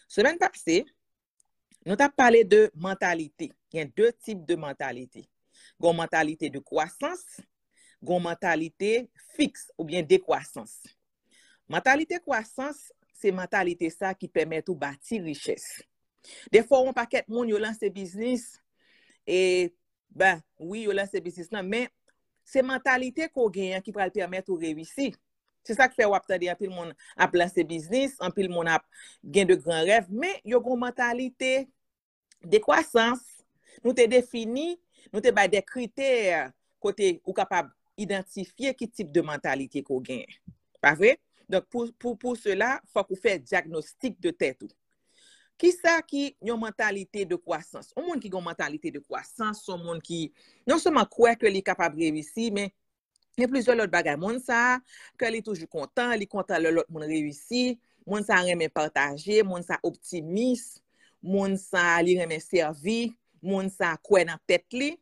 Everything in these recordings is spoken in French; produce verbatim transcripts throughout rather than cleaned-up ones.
Semaine passée, nous avons parlé de mentalité. Il y a deux types de mentalité. Il y a une mentalité de croissance, il y a une mentalité fixe ou bien décroissance. Mentalité croissance, c'est mentalité ça qui permet de bâtir richesse. Des fois, on paquet de monde yo lance business et ben oui, yo lance business là, mais c'est mentalité qu'on gagne qui va permettre de réussir. C'est ça qui fait wap tande un pile monde a lancé business, un pile monde a gain de grands rêves, mais yo une mentalité de croissance. Nous te défini, nous te ba des critères côté ou capable identifier quel type de mentalité qu'on gagne. Pas vrai? Donc pour pour pour cela, faut qu'on fait diagnostic de tête. Qui ça qui une mentalité de croissance? Un monde qui a une mentalité de croissance, un monde qui non seulement croit que il est capable de réussir, mais il y a plusieurs autres bagages. Monde ça, que il est toujours content, il est content que l'autre monde réussit, monde ça aime partager, monde ça optimiste, monde ça il aime servir, monde ça croit dans tête li.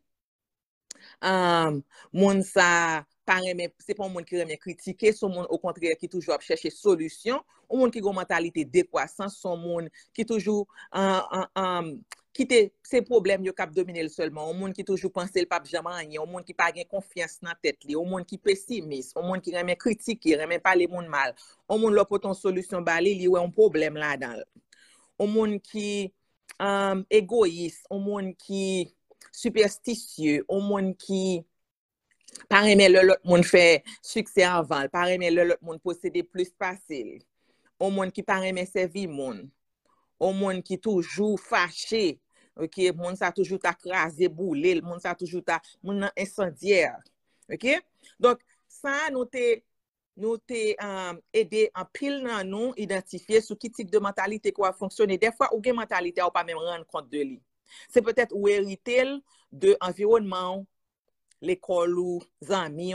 Um, monde ça pas aimer, c'est pas un monde qui aime critiquer, son monde au contraire qui toujours chercher solution, un monde qui a une mentalité de croissance, son monde qui toujours um, um, um, qui te ces problèmes yo cap dominer seulement, un monde qui toujours penser le pas jamais rien, un monde qui pas gain confiance dans tête li, un monde qui pessimiste, un monde qui aime critiquer, aime parler monde mal, un monde là pour ton solution balé, li ouais un problème là-dedans. Un monde qui um, égoïste, un monde qui superstitieux, un monde qui par aimer l'autre monde fait succès avant, par aimer l'autre monde posséder plus facile, un monde qui par aimer servir monde, un monde qui toujours fâché, OK, monde ça toujours t'a crasé boulé, le monde ça toujours t'a monde incendiaire. OK? Donc ça nous te nous te um, aider en pile dans nous identifier sur quel type de mentalité quoi fonctionner. Des fois ou gen mentalité ou pas même rendre compte de lui. C'est peut-être ou hérité de environnement, l'école ou amis,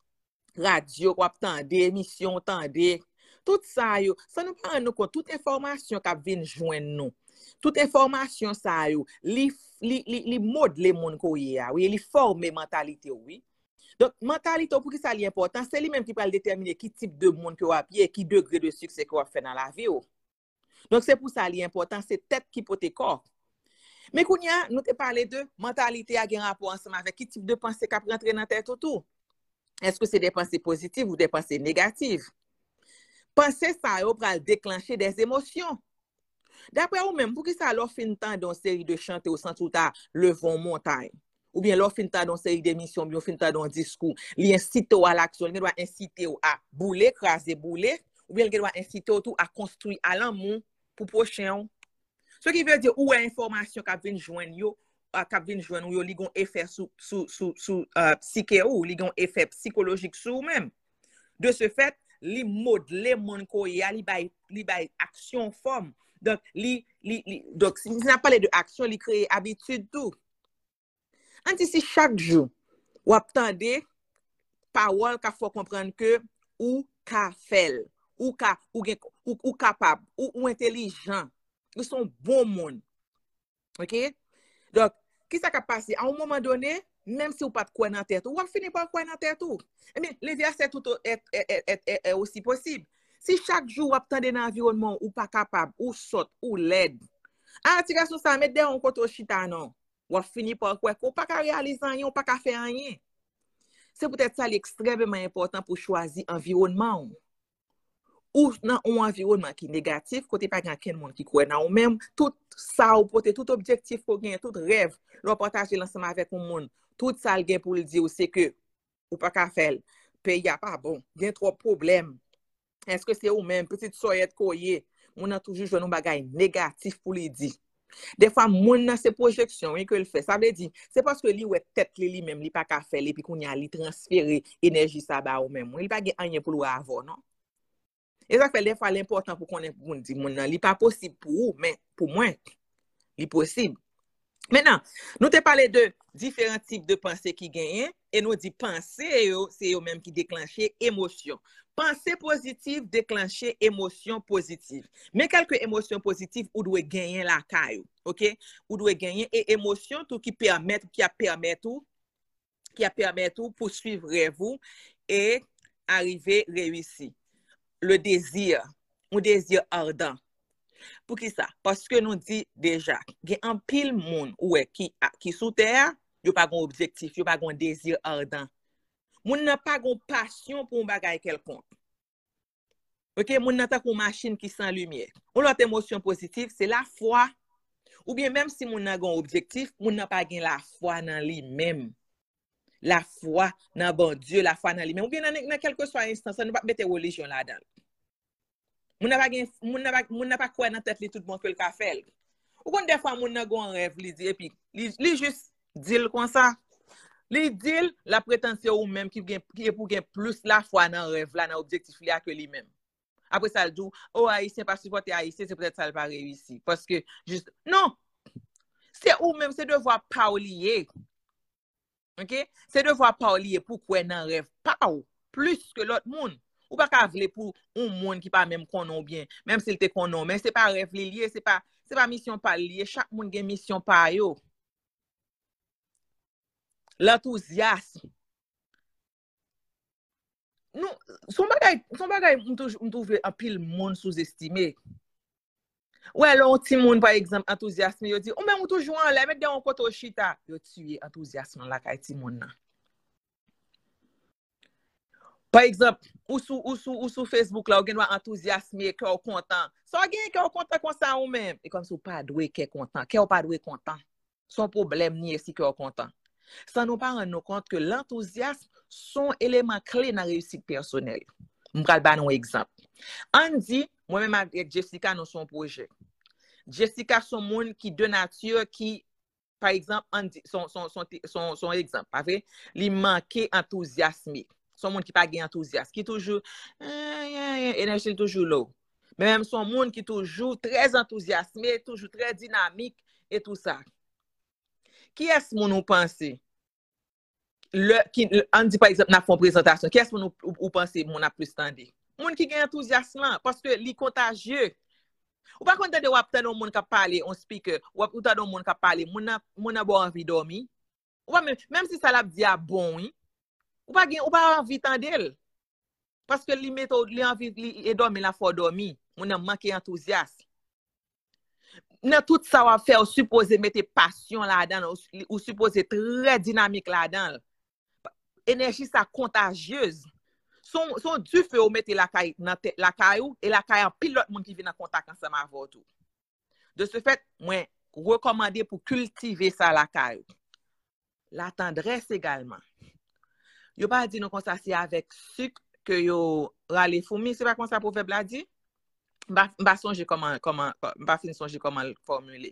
radio ou tande, émission tande. Tout ça yo, ça nous prend nous compte toute information qui vient joindre nous. Toute information ça yo, li li li, li modeler moun ko yé, oui, li former mentalité oui. Donc mentalité pour qui ça li important, c'est lui même qui va déterminer qui type de monde que vous avez, qui degré de succès que vous fait dans la vie. Donc c'est pour ça li important, c'est tête qui porte corps. Mais kounya, nous te parlé de mentalité à gen rapport ensemble avec qui type de pensée qui rentre dans tête autour. Est-ce que c'est des pensées positives ou des pensées négatives? Penser ça yo pral déclencher des émotions. D'après vous même, pour qui ça leur fin temps dans série de chanter au centre où ta levons montagne? Ou bien leur fin temps dans série d'émissions, bien fin temps dans discours, li incite à l'action, il doit inciter à bouler, craser bouler, ou bien il doit inciter tout à construire à l'amour pour prochain. Ce qui veut dire où est information qui vient joindre yo, qui vient joindre yo, li gon effet sous sous sous sous psyché ou li gon effet psychologique sur même. De ce fait, li modeler mon ko ya li bay li bay action forme. Donc li li, li donc si on a parlé de action, li créer habitude tout. Anti si chaque jour ou attendez parole qu'a faut comprendre que ou ka fait ou ka ou, ou, ou capable ou, ou intelligent, ils sont bon monde. OK? Donc qui ça qui passé à un moment donné, même si vous pas de quoi dans tête, ou va finir par quoi dans tête tout. Eh bien, les versets tout est, est, est, est, est aussi possible. Si chaque jour vous attendez dans environnement ou pas capable ou saute ou l'aide. Ah, tu garçon ça mettre derrière un côté chita non. Ou finir par quoi ou pas réaliser rien, ou pas faire rien. C'est peut-être ça l'extrêmement important pour choisir environnement. Ou dans un environnement qui est négatif, côté pas quelqu'un monde qui croit dans ou même tout ça ou porter tout objectif pour gagner tout rêve, le partager l'ensemble avec un monde, tout ça le gain pour le dire c'est que ou pas qu'à faire, pays a pas bon, il y a trop de problèmes. Est-ce que c'est ou même petite soyette koye, on a toujours joué un bagage négatif pour lui dire. Des fois moun dans ses projections oui que le fait, ça veut dire c'est parce que lui ouais tête li même li pas qu'à faire et puis qu'on y a li transférer énergie ça ba ou même, il pas gain rien pour le avoir non. Et ça fait des fois l'important pour qu'on ait pour dire mon nan, li pas possible pour vous, mais pour moi, li possible. Maintenant, nous te parlé de différents types de pensées qui gagnent et nous dit penser c'est eux même qui déclencher émotion. Pensée positive déclencher émotion positive. Mais quelques émotions positives ou doit gagner la caille, OK? Ou doit gagner et émotion tout qui permet qui a permet tout qui a permet tout poursuivre rêve et arriver réussir. Le désir, un désir ardent. Pour qui ça? Parce que nous dit déjà, il y a un pile monde ouais, qui, qui sous terre, il n'y a pas un objectif, il n'y a pas un désir ardent. Moun n'a pas une passion pour un bagage quelconque. OK, moun n'a pas une machine qui sans lumière. Ou l'autre émotion positive, c'est la foi. Ou bien même si moun n'a un objectif, moun n'a pas la foi dans lui-même. La foi dans bon Dieu, la foi dans lui-même. Ou bien dans, dans quelque soit instance, ça ne va pas mettre religion là-dedans. Moun n'a pas moun n'a pas moun n'a pas quoi dans tête li tout bon que le ka fait. Ou quand des fois moun n'a gon rêve li dit et puis li, li juste dit comme ça. Li dit la prétention ou même qui qui pour gagner plus la foi dans rêve là dans objectif là que lui-même. Après ça le dit oh haïtien pas supporter haïtien c'est peut-être ça le pas réussi parce que juste non. C'est ou même c'est devoir pas lier. OK? C'est devoir pas lier pour quoi dans rêve pas ou plus que l'autre monde. Ou pas ka vle pour un monde qui pas même connaît bien, même s'il te connaît, mais c'est pas rêve lié, c'est pas c'est pas mission pas lié, chaque monde a mission pa yo. L'enthousiasme. Nous son bagay, son bagay on trouve un pile monde sous-estimé. Ouais, là un petit monde par exemple enthousiasme, yo dit ou même toujours en l'air mettre dans un côté chita, yo tuer enthousiasme la kay ti monde nan. Par exemple, ou sous ou sous ou sous Facebook là, ou gen enthousiasme, cœur content. Ça gen cœur content comme ça ou même. Et comme si ou pas doué cœur content, cœur pas doué content. Son problème ni si cœur content. Ça nous pas rendre compte que l'enthousiasme sont élément clé dans la réussite personnelle. M'pral ba un exemple. On dit moi-même avec Jessica nous son projet. Jessica son monde qui de nature qui par exemple on dit son son son son, son exemple, pas vrai? Li manquait enthousiasme. Son monde qui pas gain enthousiasme, qui toujours euh, énergie toujours low. Mais même son monde qui toujours très enthousiasmé, toujours très dynamique et tout ça. Qui est-ce que nous pensez? Le qui on dit par exemple n'a fait une présentation, qui est-ce que nous ou pensez mon a plus tendé? Monde qui gain enthousiasme parce que li contagieux. Ou pas content de wap tande monde qui parler, on speaker, ou ou tande monde qui parler, mon a mon a bon envie dormir. Ou pas même, même si ça l'a dit à bon oui. Ou pas gen ou pas envie tandel parce que li met li envie li dormir la faut dormir on a manqué enthousiasme dans tout ça va faire supposer mettre passion là-dedans ou supposer très dynamique là-dedans énergie ça contagieuse son son du feu ou mettre la caille dans la caillou et la caille en pile l'autre monde qui vient en contact ensemble avec tout de ce fait moi recommander pour cultiver ça la caillou la tendresse également. Yo pas dit non comme ça c'est avec sucre que yo rale fourmi, c'est pas comme ça proverbe la dit. M'pa m'pa songer comment comment m'pa fin songer comment le formuler.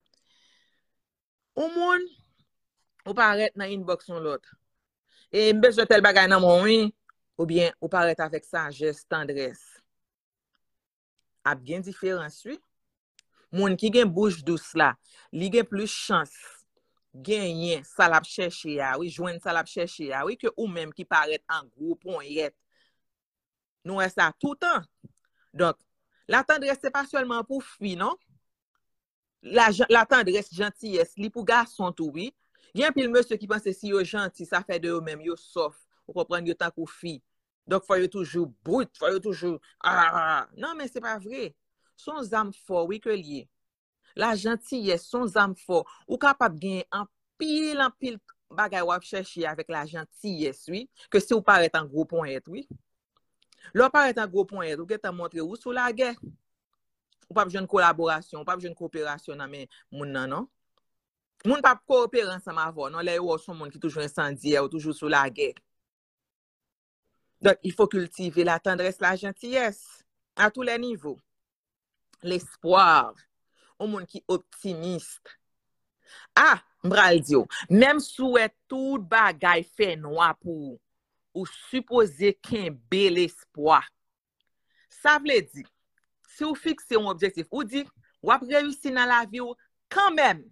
Ou moun ou paraît dans inbox on l'autre. Et besoin tel bagay nan mon oui ou bien ou paraît avec sagesse, tendresse. A bien différence oui. Moun qui gen bouche douce là, li gen plus chance gagner ça l'a chercher ya oui joindre ça l'a chercher ya oui que ou même qui paraît en gros poignette nous est ça tout le temps donc la tendresse c'est pas seulement pour filles non la la tendresse gentillesse li pour garçon tout oui il y a un pile monsieur qui pense si yo gentil ça fait de eux même yo soft ou comprendre yo tant pour fille donc faut yo toujours brut faut yo toujours ah non mais c'est pas vrai son âme fort oui que lié. La gentillesse, son âme fort, ou capable gagner en pile en pile bagay ou chercher avec la gentillesse, oui, que si ou paraît en gros point, oui. L'on paraît en gros point, ou qu'est-ce montré ou sous la guerre. Ou pas besoin de collaboration, ou pas besoin de coopération dans mais moun nan non. Moun pas coopérer ensemble avant, non, les ou son monde qui toujours incendiaire ou toujours sous la guerre. Donc il faut cultiver la tendresse, la gentillesse à tous les niveaux. L'espoir. Au monde qui optimiste. Ah, m'bral di yo, même souhait tout bagay fait noir pour ou supposer qu'un bel espoir. Ça veut dire, si vous fixez un objectif, ou dit, ou ap réussir dans la vie ou quand même.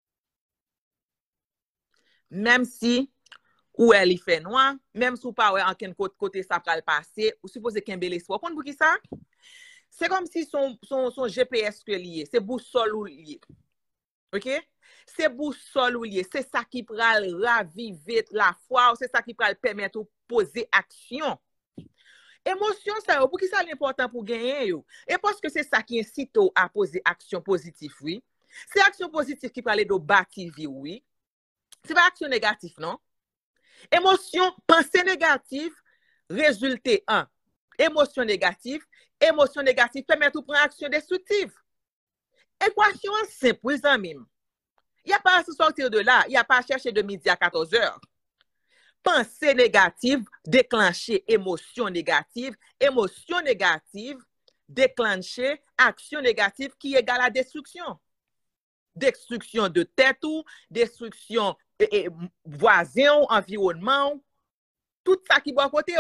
Même si ou elle fait noir, même si ou pas en quel côté ça va le passer, ou supposer qu'un bel espoir. Pour qui ça? C'est comme si son, son, son G P S que lié, c'est boussole ou lié. OK? C'est boussole ou lié, c'est ça qui pral raviver la foi, c'est ça qui pral permettre de poser action. Émotion, ça, pour qui ça l'important pour gagner, yo? Et parce que c'est ça qui incite à poser action positive, oui. C'est action positive qui parle de bâtir vie, oui. C'est pas action négative, non? Émotion, pensée négative, résultat un. Émotion négative, émotion négative permet de prendre action destructive. Équation simple, les amis. Il n'y a pas à se sortir de là, il n'y a pas à chercher de midi à quatorze heures. Pensée négative, déclencher émotion négative, émotion négative, déclencher action négative qui égale à destruction. Destruction de tête ou, destruction et, et, voisin, environnement, tout ça qui va à côté.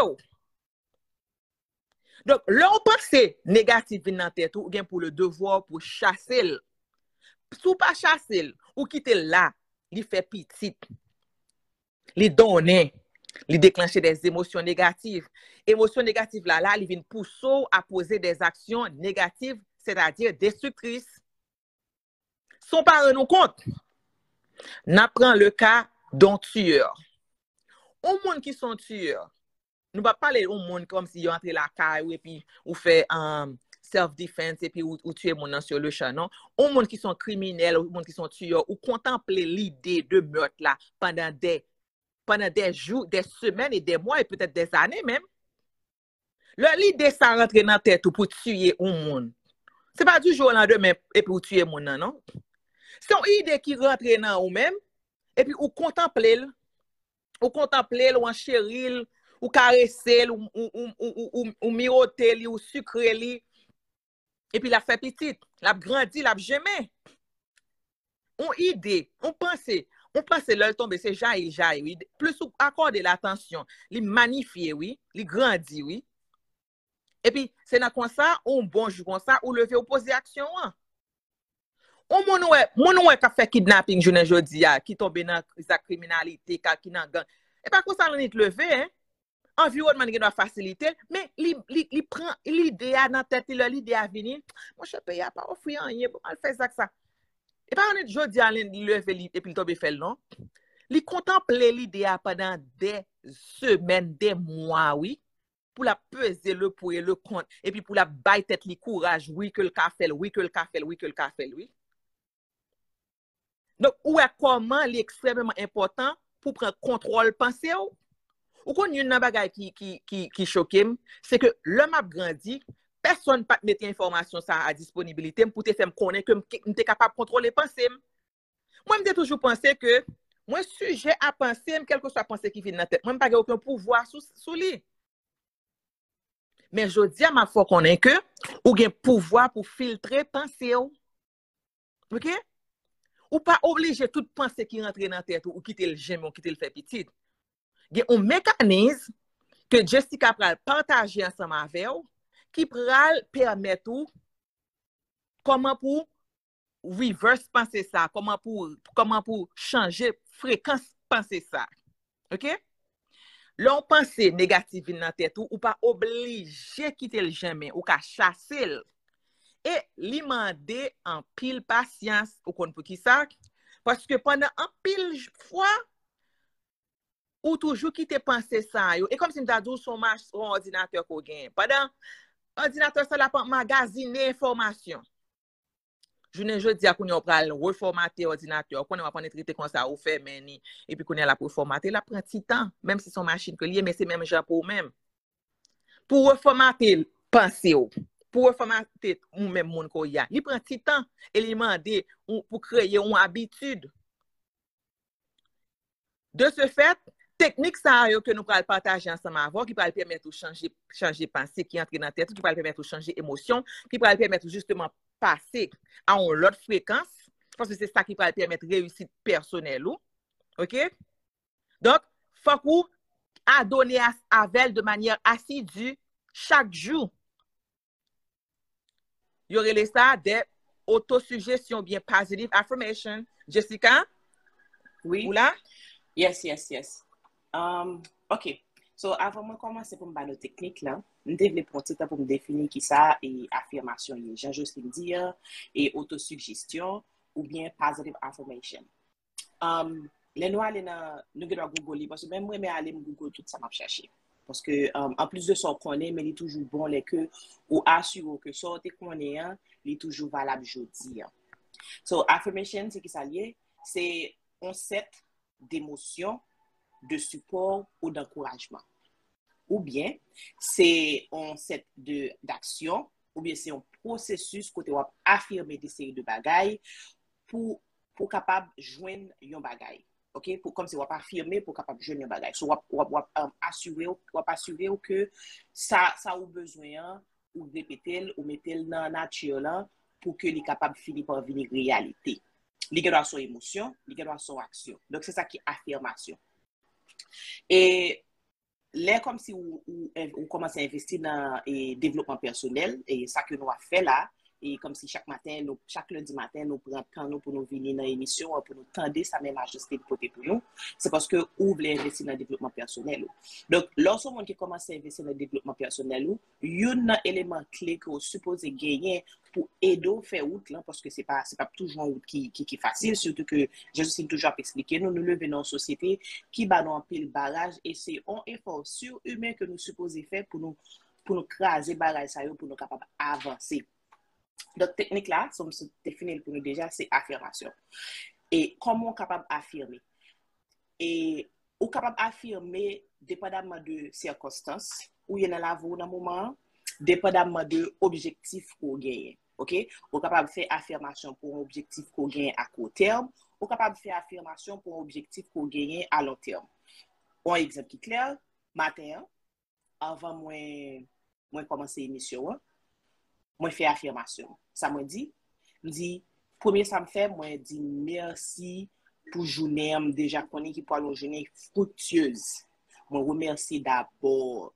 Donc, l'on pensée négative dans tête ou bien pour le devoir pour chasser. Si pas chasser ou quitter là, il fait petit. Li donner, li déclencher des émotions négatives. Émotions négatives là, là, li vient pousser à poser des actions négatives, c'est-à-dire destructrices. Son pas nous compte. N'apprend le cas d'un tueur. Au monde qui sont tueurs, nous pas parler au monde comme si ils entre la caille et puis ou fait um, self-defense et puis ou, ou tuer mon sur le champ, non? Au monde qui sont criminels, au monde qui sont tueurs, ou contempler l'idée de meurtre là pendant des pendant des jours, des semaines et des mois et peut-être des années même. L'idée ça rentre dans la tête pour tuer un monde. C'est pas du jour au lendemain et puis tuer mon non, non? C'est une idée qui rentre dans ou même et puis ou contempler, ou contempler, ou enchérir, ou caresser, ou ou ou ou ou, ou miroter, ou sucrer et puis la fait petite, la grandi, la jamais. On idée, on pensée on pense l'œil tomber, c'est jaillir, jaillir, oui. Plus ou accorder l'attention, li magnifier, oui, li grandi, oui. Et puis, c'est dans comme ça, on bon jour comme ça, ou lever ou poser action, hein. On mon ouais, mon ouais qui fait kidnapping journée jodi a, qui tombe dans la criminalité, qui dans gang. Et pas comme ça on est levé, hein. Environnement qui doit faciliter, mais li li li prend l'idée dans tête, l'idée à venir. Mon cher pays a pas offrir rien, pour mal faire ça que ça. Et pas on est jodi à lever et puis tomber fait non. Li contempler l'idée pendant des semaines, des mois, oui, pour la peser le pour et le compte, et puis pour la bailler tête li courage, oui, que le café, oui, que le café, oui, que le café, oui. Donc, où est comment li extrêmement important pour prendre contrôle pensée ou? Ou qu'on y a une bagay qui, qui, qui, qui choque, c'est que l'homme a grandi, personne ne peut mettre information ça à disponibilité pour te faire connaître que je suis capable de contrôler pensée. Moi, je toujours pensé que moi, sujet à penser, quel que soit la pensée qui vient dans la tête, moi, je n'ai pas aucun pouvoir sur lui. Mais je dis à ma foi qu'on est que, ou gen pouvoir pour filtrer pensée. OK? Ou pas obligé toute pensée qui rentre dans la tête ou quitter le j'aime ou quitter le fait petit. Il y a un mécanisme que Jessica pral partager ensemble avec vous qui pral permettre comment pour reverse penser ça, comment pour comment pour changer fréquence penser ça. OK? L'on pense négatif dans la tête ou pas obligé quitter le jamais ou ka chasser et li mande en pile patience ou kon pour qui ça parce que pendant un pile fois ou toujours quitter penser ça yo et comme si m'ta dou son ordinateur ko gen pendant ordinateur ça la magasiner information. Je ne dis à qu'on y pral reformater ordinateur, qu'on va pas traiter comme ça ou faire meni et puis qu'on est là pour formater, la prend petit temps, même si son machine que lié mais c'est même genre pour même. Pour reformater penser pour reformater ou même monde ko y a, il prend petit temps et il demande pour créer une habitude. De ce fait, technique ça que nous pral partager ensemble avant qui pral permettre de changer changer pensée qui entre dans la tête, qui pral permettre de changer émotion, qui pral permettre justement passer à une autre fréquence parce que c'est ça qui va permettre réussite personnelle. OK? Donc, faut qu'on a donné à elle de manière assidue chaque jour. Il y aurait ça des autosuggestions bien positive affirmation. Jessica? Oui. Ou là? Yes, yes, yes. Um, OK. So, avant de commencer pour me parler de technique, là, je développe un petit temps pour me définir qui ça et affirmation. Jean-Justine dire et autosuggestion ou bien positive affirmation. Um, les nous aller dans nous Google parce que même moi mais aller Google tout ça m'a chercher. Parce que, um, en plus de ça, on connaît, mais il est toujours bon, les que, ou assure que ça, te connaît, hein, il est toujours valable jeudi. Hein. So, affirmation, c'est qui ça lié? C'est un set d'émotions, de support ou d'encouragement. Ou bien, c'est un set d'action, ou bien c'est un processus côté on va affirmer des séries de bagailles pour, pour capable joindre un bagaille. OK? Pour, comme si on va affirmer pour capable joindre un bagaille. So, on va um, assurer, on va assurer que ça, ça a besoin, ou répéter, ou mettre dans la nature là, pour que les capable finir par venir réalité. Il doit son émotion, il doit son action. Donc, c'est ça qui est affirmation. Et là, comme si on, on, on commence à investir dans le développement personnel, et ça que nous avons fait là, et comme si chaque matin, nous, chaque lundi matin, nous prenons temps nous pour nous venir dans l'émission, pour nous tendre ça même majesté de côté pour nous, c'est parce que vous voulez investir dans le développement personnel. Donc, lorsque on commence à investir dans le développement personnel, il y a un élément clé que vous supposez gagner pour aider à faire route, là, parce que ce n'est pas, pas toujours une route qui, qui, qui est facile, surtout que je suis toujours à expliquer, nous nous levons dans une société qui bat dans un pile barrage et c'est un effort surhumain que nous supposons faire pour nous, pour nous craser barrage, pour nous capables d'avancer. Donc, technique là, ça me définit pour nous déjà, c'est affirmation. Et comment on est capable d'affirmer? Et on est capable d'affirmer dépendamment de circonstances, où il y en a la vie dans le moment, dépendamment de l'objectif qu'on gagne. OK? On est capable de faire affirmation pour un objectif qu'on gagne à court terme, on est capable de faire affirmation pour un objectif qu'on gagne à long terme. Un exemple qui est clair, matin, avant moi, moi commencer l'émission, moi fais affirmation. Ça me dit, me dit, premier ça me fait, moi dit merci pour journée déjà connaît qui pour une journée fructueuse. Moi remercie d'abord.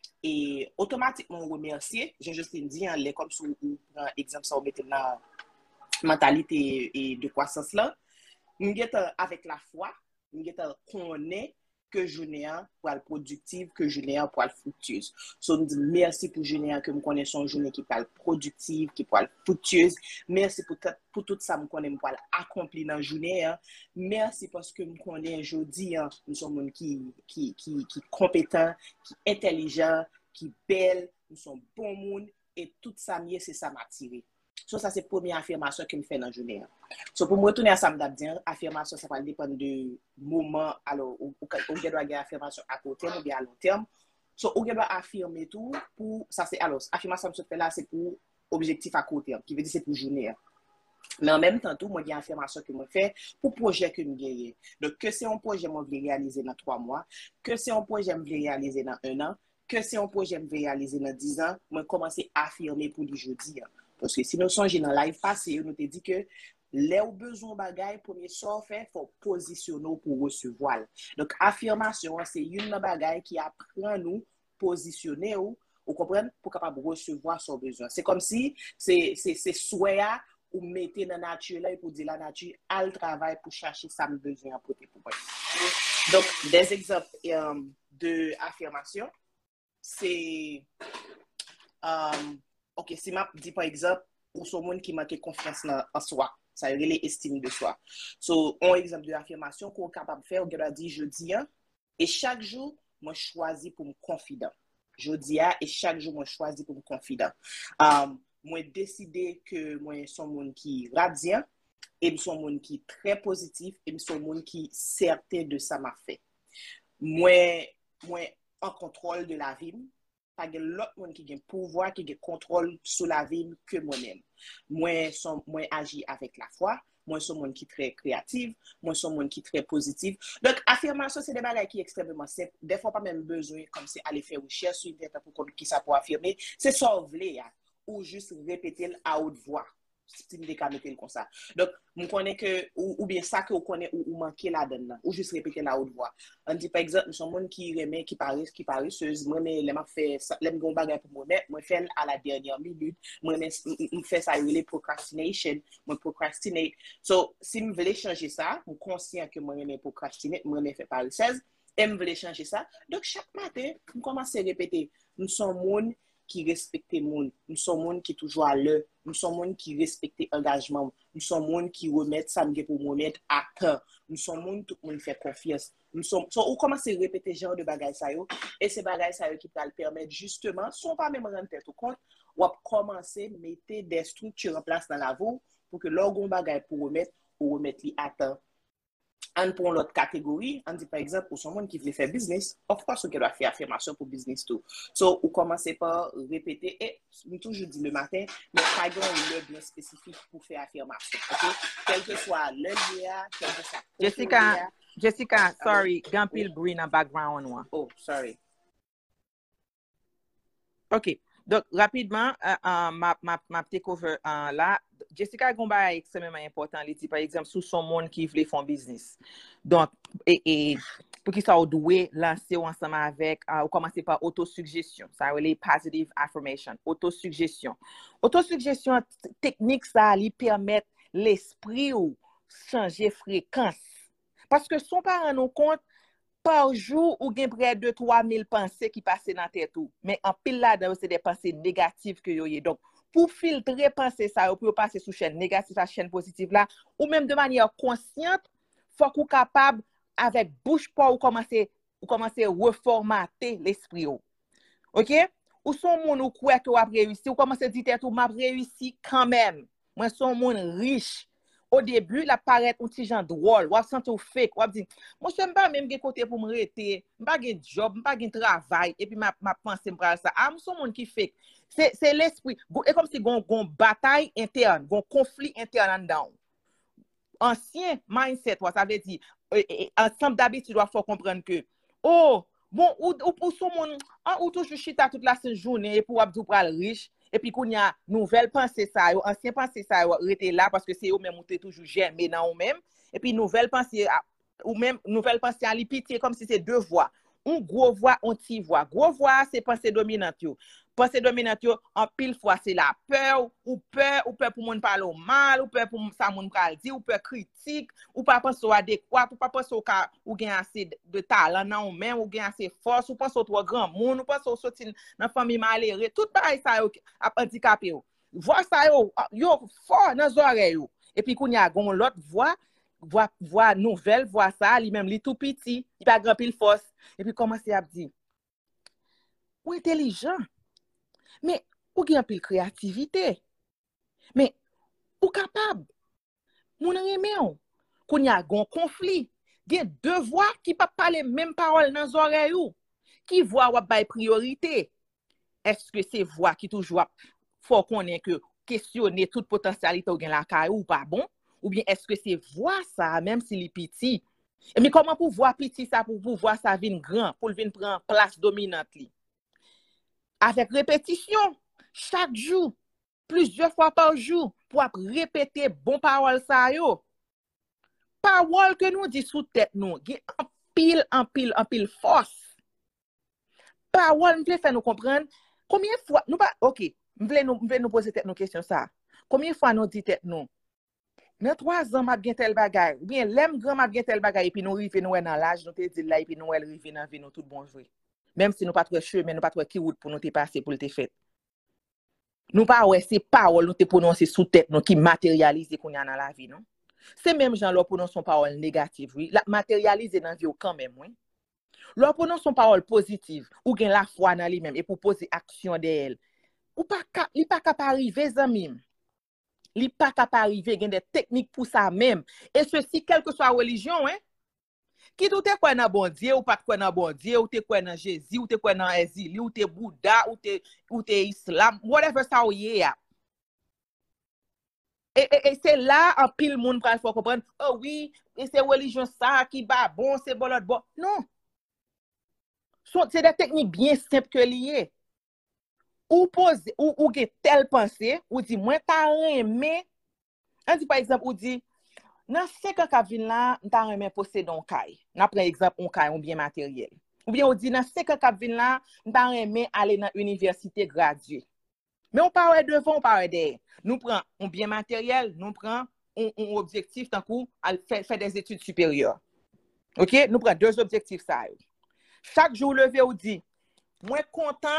Et automatiquement remercier, j'ai juste dit, hein, les comme sur un exemple ça on met dans mentalité et de croissance là, nous avec la foi, nous connaît que journée pour être productive, que journée pour être fructueuse. So, nous disons merci pour journée que nous connaissons une journée qui peut être productive, qui peut être fructueuse. Merci pour, pour tout ça, nous connaissons pour accomplir dans la journée. Hein. Merci parce que nous connaissons aujourd'hui, hein, nous sommes gens qui, qui, qui, qui compétents, qui intelligents, qui belles, nous sommes bons monde et tout ça, c'est ça m'attirer. So, ça, c'est la première affirmation que je fais dans la journée. So, pour me retourner à ça, je dire, affirmation, ça va dépendre du moment, alors, on doit avoir affirmation à court terme ou bien à long terme. So, on doit affirmer tout pour, ça c'est, alors, affirmation que je fais là, c'est pour objectif à court terme, qui veut dire c'est pour journée. Mais en même temps, tout, moi, il y a une affirmation que je fais pour projet que je gagne. Donc, que c'est un projet que je vais réaliser dans trois mois, que c'est un projet que je vais réaliser dans un an, que c'est un projet que je vais réaliser dans dix ans, je vais commencer à affirmer pour aujourd'hui. Parce que si nous songeons dans le live passé, nous te dit que les besoins bagaille, premier sort fait, il faut positionner pour recevoir. Donc, affirmation, c'est une bagaille qui apprend nous positionner ou, vous comprenez, pour capable recevoir son besoin. C'est comme si c'est souhait ou mettez dans la nature là et pour dire la nature, elle travaille pour chercher sa besoin pour pour moi. Donc, des exemples euh, de affirmation, c'est um, ok, si je dis par exemple, pour ce monde qui manque confiance en soi, ça veut dire l'estime de soi. So, un exemple de l'affirmation qu'on est capable de faire, on a dit je dis, et chaque jour, moi je choisis pour me confident. Je dis, et chaque jour, moi je choisis pour me confident. Um, moi décider que moi je suis un monde qui est radiant, et je suis un monde qui est très positif, et je suis un monde qui est certain de ça m'a fait. Moi, moi en contrôle de la vie. Pas de l'autre monde qui a un pouvoir, qui a un contrôle sur la vie que moi-même. Moi, moi agis avec la foi. Moi, je suis un monde qui est très créatif. Moi, je suis un monde qui est très positif. Donc, affirmation, c'est des bagages qui sont extrêmement simples. Des fois, pas même besoin, comme c'est aller faire recherche sur Internet pour qui ça pour affirmer. C'est ça, vous voulez, ou juste répéter à haute voix. Si vous mettez comme ça. Donc, vous connaissez que, ou, ou bien ça que vous connaissez ou, ou manquez là-dedans, ou juste répéter la haute voix. On dit par exemple, nous sommes gens qui remet, qui parle, qui paresseuse, moi, mais les m'a fait ça, les m'ont bagay pour moi, moi, fait à la dernière minute, moi, je fais ça, il est procrastination, moi, procrastinate. So, si vous voulez changer ça, vous conscient que moi, je procrastinate, moi, je fais paresseuse, et vous voulez changer ça. Donc, chaque matin, vous commencez à répéter, nous sommes gens qui respecte le monde. Nous sommes monde qui toujours à l'heure. Nous sommes monde qui respecte l'engagement. Nous sommes monde qui remet ça pour remettre à temps. Nous sommes monde tout le monde fait confiance. Nous sommes, so, on commence à répéter ce genre de bagages ça yo, et ces bagages ça yo qui va le permettre justement, si on pas même rendre tête au compte, on va commencer à mettre des structures en place dans la vie pour que l'orgon bagage pour remettre, pour remettre li à temps. On prend l'autre catégorie, on dit par exemple pour someone qui veut faire business, of course on doit faire affirmation pour business tout. So, on commence par répéter, et je toujours dis le matin, mais pas grand l'heure bien spécifique pour faire affirmation, ok? Quel que soit l'heure, quel que soit Jessica, Jessica, sorry, Gampil bruit dans background moi. Oh, sorry. OK. Donc, rapidement, uh, uh, ma, ma, ma take over uh, là, Jessica Gomba est extrêmement important. Elle dit, par exemple, sous son monde qui veut faire business. Donc, et, et pour qu'il soit doué, lancer ensemble avec, uh, ou commencer par autosuggestion. Ça veut dire positive affirmation. Autosuggestion. Autosuggestion, technique, ça lui permet l'esprit ou changer fréquence. Parce que son parent nous compte, par jour, ou gen près de trois mille pensées qui passent dans tête ou. Mais en pile là, c'est des pensées négatives que yoye. Donc, pour filtrer pensées ça, pour passer sous chaîne négative à chaîne positive là, ou même de manière consciente, faut qu'on capable, avec bouche pas, ou commencer, ou commencer à reformater l'esprit ou. OK? Ou son monde ou quoi que ou a réussi, ou commencer à dire tête ou m'a réussi quand même. Moi, son monde riche. Au début, la paraît un petit genre drôle, ou senti ou fake, ou dit, moi je pas même gen côté pour me rester, pas gen job, pas gen travail, et puis ma ma pensée me ça. Ah, moi son monde qui fake. C'est c'est l'esprit, et comme si gon gon bataille interne, gon conflit interne dedans. Ancien mindset, ça veut dire ensemble d'habitude, tu dois faut comprendre que oh, bon ou ou son monde, ah ou toujours chita toute la journée pour abdou pral riche. Et puis, qu'on y a nouvelle pensée, ça, ancien pensée, ça, rete là, parce que c'est eux même ou toujours germé dans eux-mêmes. Et puis, nouvelle pensée, ou même, nouvelle pensée à l'épitié, comme si c'est deux voix. Un gros voix, un petit voix. Gros voix, c'est pensée dominante. Pensée dominante, en pile fois, c'est la peur, ou peur, ou peur pour moun parler mal, ou peur pour ça moun pral dire, ou peur critique, ou pas penser au adéquat, ou pas penser au cas, ou gen assez de talent dans eux-mêmes, ou gen assez force, ou penser au trop grand monde, ou penser au sorti dans famille malheureux, tout pareil ça yo handicapé yo. Voix ça yo, yo fort dans oreilles yo. Et puis qu'on y a gon l'autre voix, voix voix nouvelle, voix ça, lui même li tout petit, il pas grand pile force. Et puis commencer à dire ou intelligent. Mais ou gen pile créativité. Mais ou capable. Moun reme ou. Qu'on y a gon conflit, gen deux voix qui pas parler même parole dans oreilles yo. Qui voix ou bay priorité. Est-ce que c'est voix qui toujours faut qu'on ait que questionner toute potentialité ou gen la caille ou pas bon? Ou bien est-ce que c'est voix ça même si li petit? Et mais comment pour voir petit ça pour pouvoir ça vinn grand, pour vinn prendre place dominante li? Avec répétition, chaque jour, plusieurs fois par jour, pour répéter bon parole ça yo. Parole que nous dit sous tête nous, gen en pile en pile en pile force. Parole nous fait nous comprendre combien de fois nous pas OK, nous voulons nous nous poser tête nos questions ça. Combien de fois nous dit tête nous dans trois ans m'a bien tel bagay, bien l'aime grand m'a bien tel bagay et puis nous rive nous dans l'âge nous te dit là et puis nous rive dans vie nous tout bon jouer. Même si nous pas trop chemin, nous pas trop qui route pour nous te passer pour te fait. Nous pas ouais c'est parole nous te prononcer sous tête nous qui matérialiser qu'on y a dans la vie non. C'est même gens leur prononce son parole négative oui, la matérialiser dans vie quand même oui. Leur prononce son parole positive ou gen la foi dans lui-même et pour poser action d'elle. Ou pas li pas capable arriver zamim. Li pas capable arriver gen des techniques pour ça même et ceci quelle que soit la religion hein. Qui tout est quoi dans bon Dieu ou pas quoi dans bon Dieu ou te quoi dans Jésus ou te quoi dans Ezili ou te Bouddha ou te ou te Islam whatever ça ou y a. Et, et, et c'est là en pile monde pral faut comprendre oh oui et c'est religion ça qui ba bon c'est bon l'autre bon non. C'est des techniques bien simples que liées. Ou pose ou ou get telle pensée ou dit moi ta remé on dit par exemple ou dit dans cinq ans qui viennent là ta remé posséder un caille n'a prend exemple un caille un bien matériel ou bien on dit dans cinq ans qui viennent là ta remé aller dans université graduer mais on parle devant on parle derrière nous prend un bien matériel nous prend un, un objectif tant coup à faire, faire des études supérieures OK nous prend deux objectifs ça chaque jour levé ou dit moi content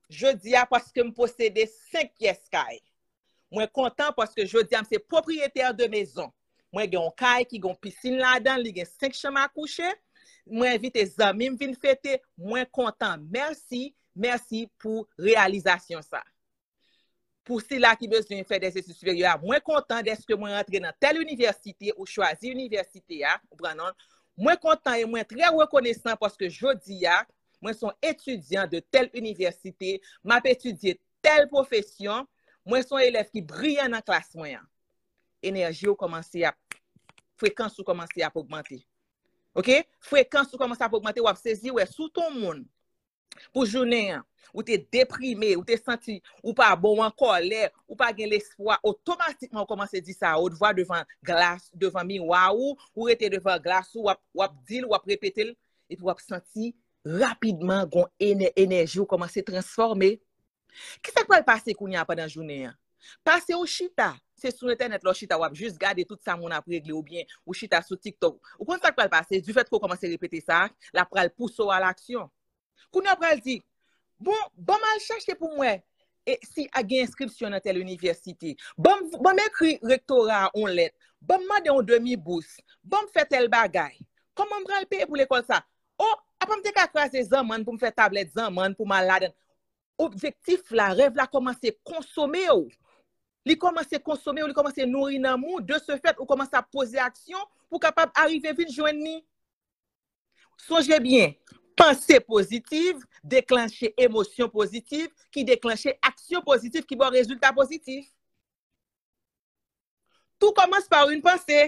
Je dis à parce que me posséder cinq pièces caille. Moi content parce que je dis c'est propriétaire de maison. Moi j'ai un caille qui gon piscine là-dedans, il y a cinq chambres à coucher. Moi invite les amis me viennent fêter, moi content. Merci, merci pour réalisation ça. Pour ceux-là qui besoin faire des études supérieures, moi content d'être que moi rentré dans telle université ou choisi université là, moi content et moi très reconnaissant parce que je dis à moi sont étudiant de telle université, m'a étudié telle profession, moi sont élève qui brillent dans la classe moi. Énergie ou commencer à fréquence ou commencer à augmenter. OK? Fréquence ou commencer à augmenter ou à saisir ouais sous ton monde. Pour journée ou t'es déprimé ou t'es senti ou pas bon en colère ou pas gain l'espoir, automatiquement on commence à dire ça ou voir devant glace devant miroir ou ou était devant glace ou ou dire ou répéter et puis ou sentir rapidement gon énergie ou commencer à transformer. Qu'est-ce qui va passer kounya pendant journée? Passer au chita, c'est sur internet lo chita ou juste garder tout ça mon a régler ou bien ou chita sur TikTok. Ou quand ça va passer du fait qu'on commence à répéter ça, la pral pousse à l'action. Kounya pral dit bon, bon mal chercher pour moi. Et si a gen inscription dans telle université, bon bon écrit rectorat on lettre, bon mande en demi bourse, bon fait tel bagay. Comment me pral payer pour l'école ça? Oh, après me te ka craser zaman pour me faire tablette zaman pour malade. Objectif la rêve la commencer consommer ou. Li commencer consommer ou li commencer nourrir nan mou de ce fait ou commencer à poser action pour capable arriver vite joindre ni. Songez bien. Pensée positive, déclencher émotion positive, qui déclenche action positive, qui bon résultat positif. Tout commence par une pensée.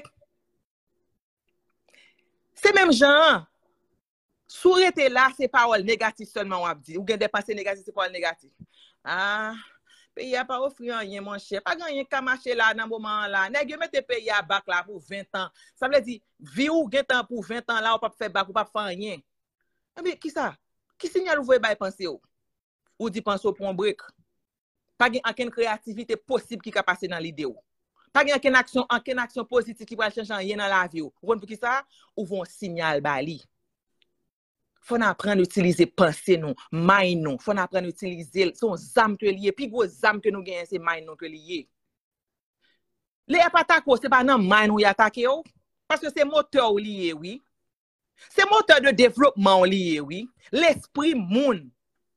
C'est même genre, sourire là, c'est parole négative seulement, on dit. Ou bien des pensées négatives, c'est parole négative. Ah, pays a pas offrir rien, mon cher. Pas gagner qu'à marcher là, dans ce moment là. Nèg yo mette pays à bac là pour vingt ans. Ça veut dire, vie ou gen temps pour vingt ans là, ou pas faire bac, ou pas faire rien. Mais qui ça? Qui signale ou voyez pas penser ou? Ou dit penser pour un break? Pas gen aucune créativité possible qui peut passer dans l'idée ou. Pas gen aucune action, aucune action positive qui va changer rien dans la vie ou. Vous comprenez qui ça? Ou vont signal bali. Faut apprendre à utiliser penser nous, mind nous. Faut apprendre à utiliser son âme que lié. Puis gros âme que nous gagnons c'est mind nous que lié. Les attaques c'est pas dans mind ou y attaquer ou parce que c'est moteur ou lié oui. C'est moteur de développement lié, oui. L'esprit moun.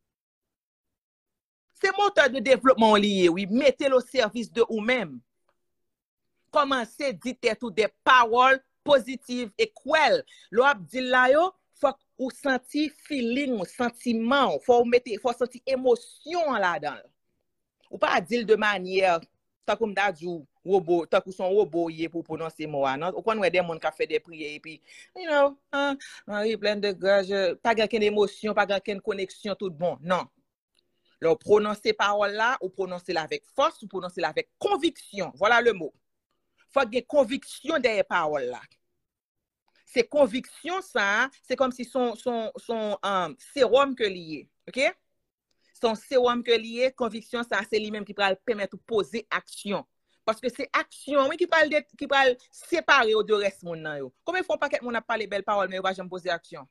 C'est moteur de développement lié, oui. Mettez-le au service de vous-même. Commencez à dire tout des paroles positives et quelles. L'op dit là yo, faut ou sentir feeling, sentiment, faut mettre, faut sentir émotion là-dedans. Ou pas dire de manière tant comme d'adjou robot, tant que son robot y est pour prononcer mot non ou quand on des monde qui fait des prières et puis you know hein Marie plein de grâce pas aucune émotion pas aucune connexion tout bon non le prononcer parole là ou prononcer la avec force ou prononcer la avec conviction voilà le mot faut qu'il y ait conviction derrière parole là c'est conviction ça c'est comme si son son son um, sérum que lié OK son sérum que lié conviction ça c'est lui même qui va permettre de poser action. Parce que c'est action oui, qui parle de, qui parle séparer au de reste moun nan yo. Combien fois paquet moun a parlé belle parole mais yo pas jamais poser action.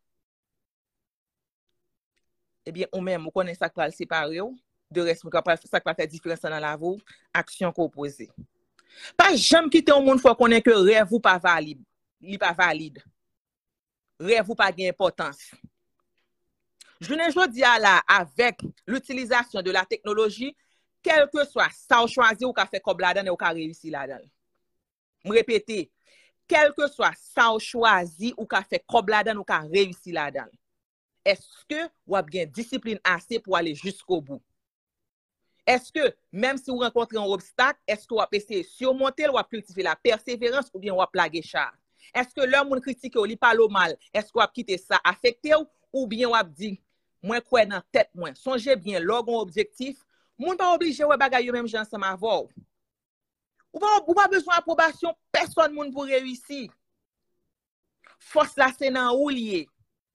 Eh bien ou même ou connaît ça qui parle séparer de reste moun ça qui va faire différence dans la vie, action qu'on poser. Pas jamais quitter un monde faut connaître que rêve ou pas valide, li pas valide. Rêve ou pas gain importance. Je ne dis là avec l'utilisation de la technologie quel que soit ça ou choisi ou ka fait comme là-dedans ou ka réussir là-dedans. Me répéter, quel que soit ça ou choisi ou ka fait comme là-dedans ou ka réussir là-dedans. Est-ce que ou a bien discipline assez pour aller jusqu'au bout? Est-ce que même si vous rencontrez un obstacle, est-ce que vous essayez de surmonter ou cultiver la persévérance ou bien vous plaguer char? Est-ce que l'homme moun critique ou li parle mal, est-ce que vous quitter ça affecté ou bien vous dit moi quoi dans tête moi. Songez bien logon objectif moun pas obligé ouais bagay yo même gens ensemble avant. Ou pas ou pas besoin d'approbation personne moun pour réussir. Force la c'est dans ou lié.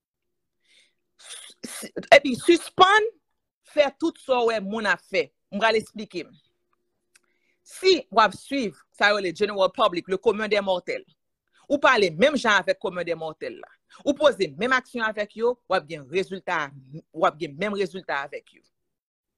Et puis suspend faire tout ça ouais moun a fait. On va l'expliquer. Si ou suivre ça le general public le commun des mortels. Ou parler même gens avec commun des mortels là. Ou poser même action avec yo, ou bien résultat, ou bien même résultat avec yo.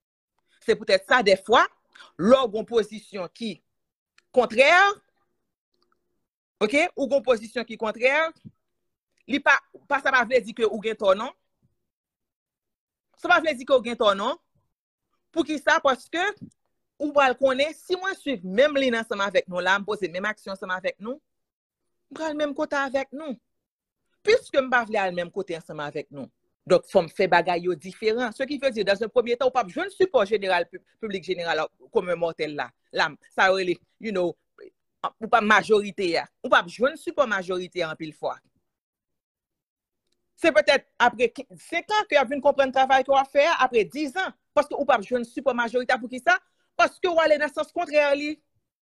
c'est peut-être ça des fois, lors d'une position qui contraire, OK, ou une position qui contraire, li pas pas ça va dire que ou gen tort non. Ça va dire que ou gen tort non. Pour qui ça parce que ou va le connaître si moi suivre même ligne ensemble avec nous là, me poser même action ensemble avec nous, prendre le même côté avec nous. Puisque me pas vle aller même côté ensemble avec nous. Donc faut me faire bagaille yo différent. Ce qui veut dire dans un premier temps ou pas jeune support général public général comme un mortel là. Là ça relé, you know, ou pas majorité ou pas jeune support majorité en pile fois. C'est peut-être après cinq ans que vous venez comprendre le travail qu'on va faire, après dix ans. Parce que vous n'avez pas besoin de support majoritaire pour qui ça? Parce que vous allez dans le sens contraire. Les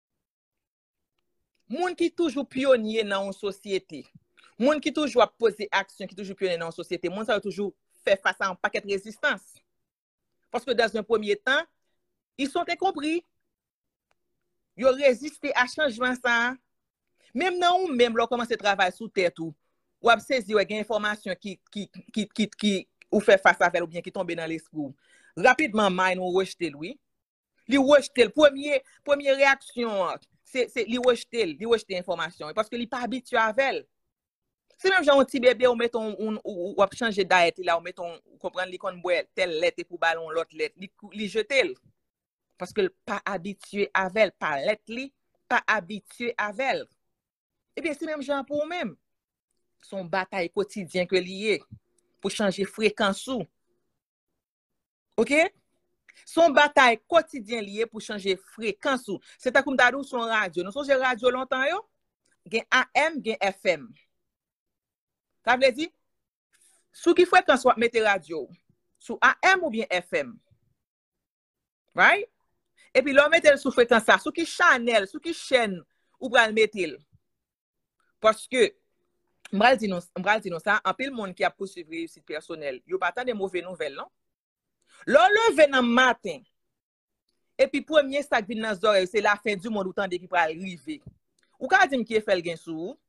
gens qui sont toujours pionniers dans une société, les gens qui toujours poser action, qui sont toujours pionniers dans une société, les gens qui toujours faire face à un paquet de résistance. Parce que dans un premier temps, ils sont incompris. Ils ont résisté à changement ça. Même dans ou même, là, commencer à travailler sous terre tout. Ou avez saisi ou une information qui qui qui qui qui ou fait face à elle ou bien qui tombe dans l'esprit. Rapidement mine ou rejeter lui. Li rejeter le premier première réaction c'est c'est li rejeter, li rejeter information parce que li pas habitué avec elle. C'est même genre un petit bébé ou met on ou ou changer diète là ou met on comprendre li kon boire telle lettre pour ballon l'autre lettre, li li jeter parce que pas habitué avec elle, pas lettre li, pas habitué avec elle. Et bien c'est même genre pour même son bataille quotidien que lié pour changer fréquence ou. OK? Son bataille quotidien lié pour changer fréquence ou. C'est comme d'adou son radio. Nous sommes radio longtemps yo, gen A M, gen F M. Ça veut dire sous qui fréquence soit mettre radio, sous A M ou bien F M. Right? Et puis l'on mettre sous fréquence ça, sous qui channel, sous qui chaîne ou pral mettre. Parce que m'bral di nou, m'bral di nou ça, en pile monde qui a poursuivre réussite personnelle, yo pas tant de mauvaises nouvelles non. L'on levé dans matin. Et puis premier ça qui vient dans oreilles, c'est la fin du monde ou tant de qui pral arriver. Ou ka dim qui fait gen sou?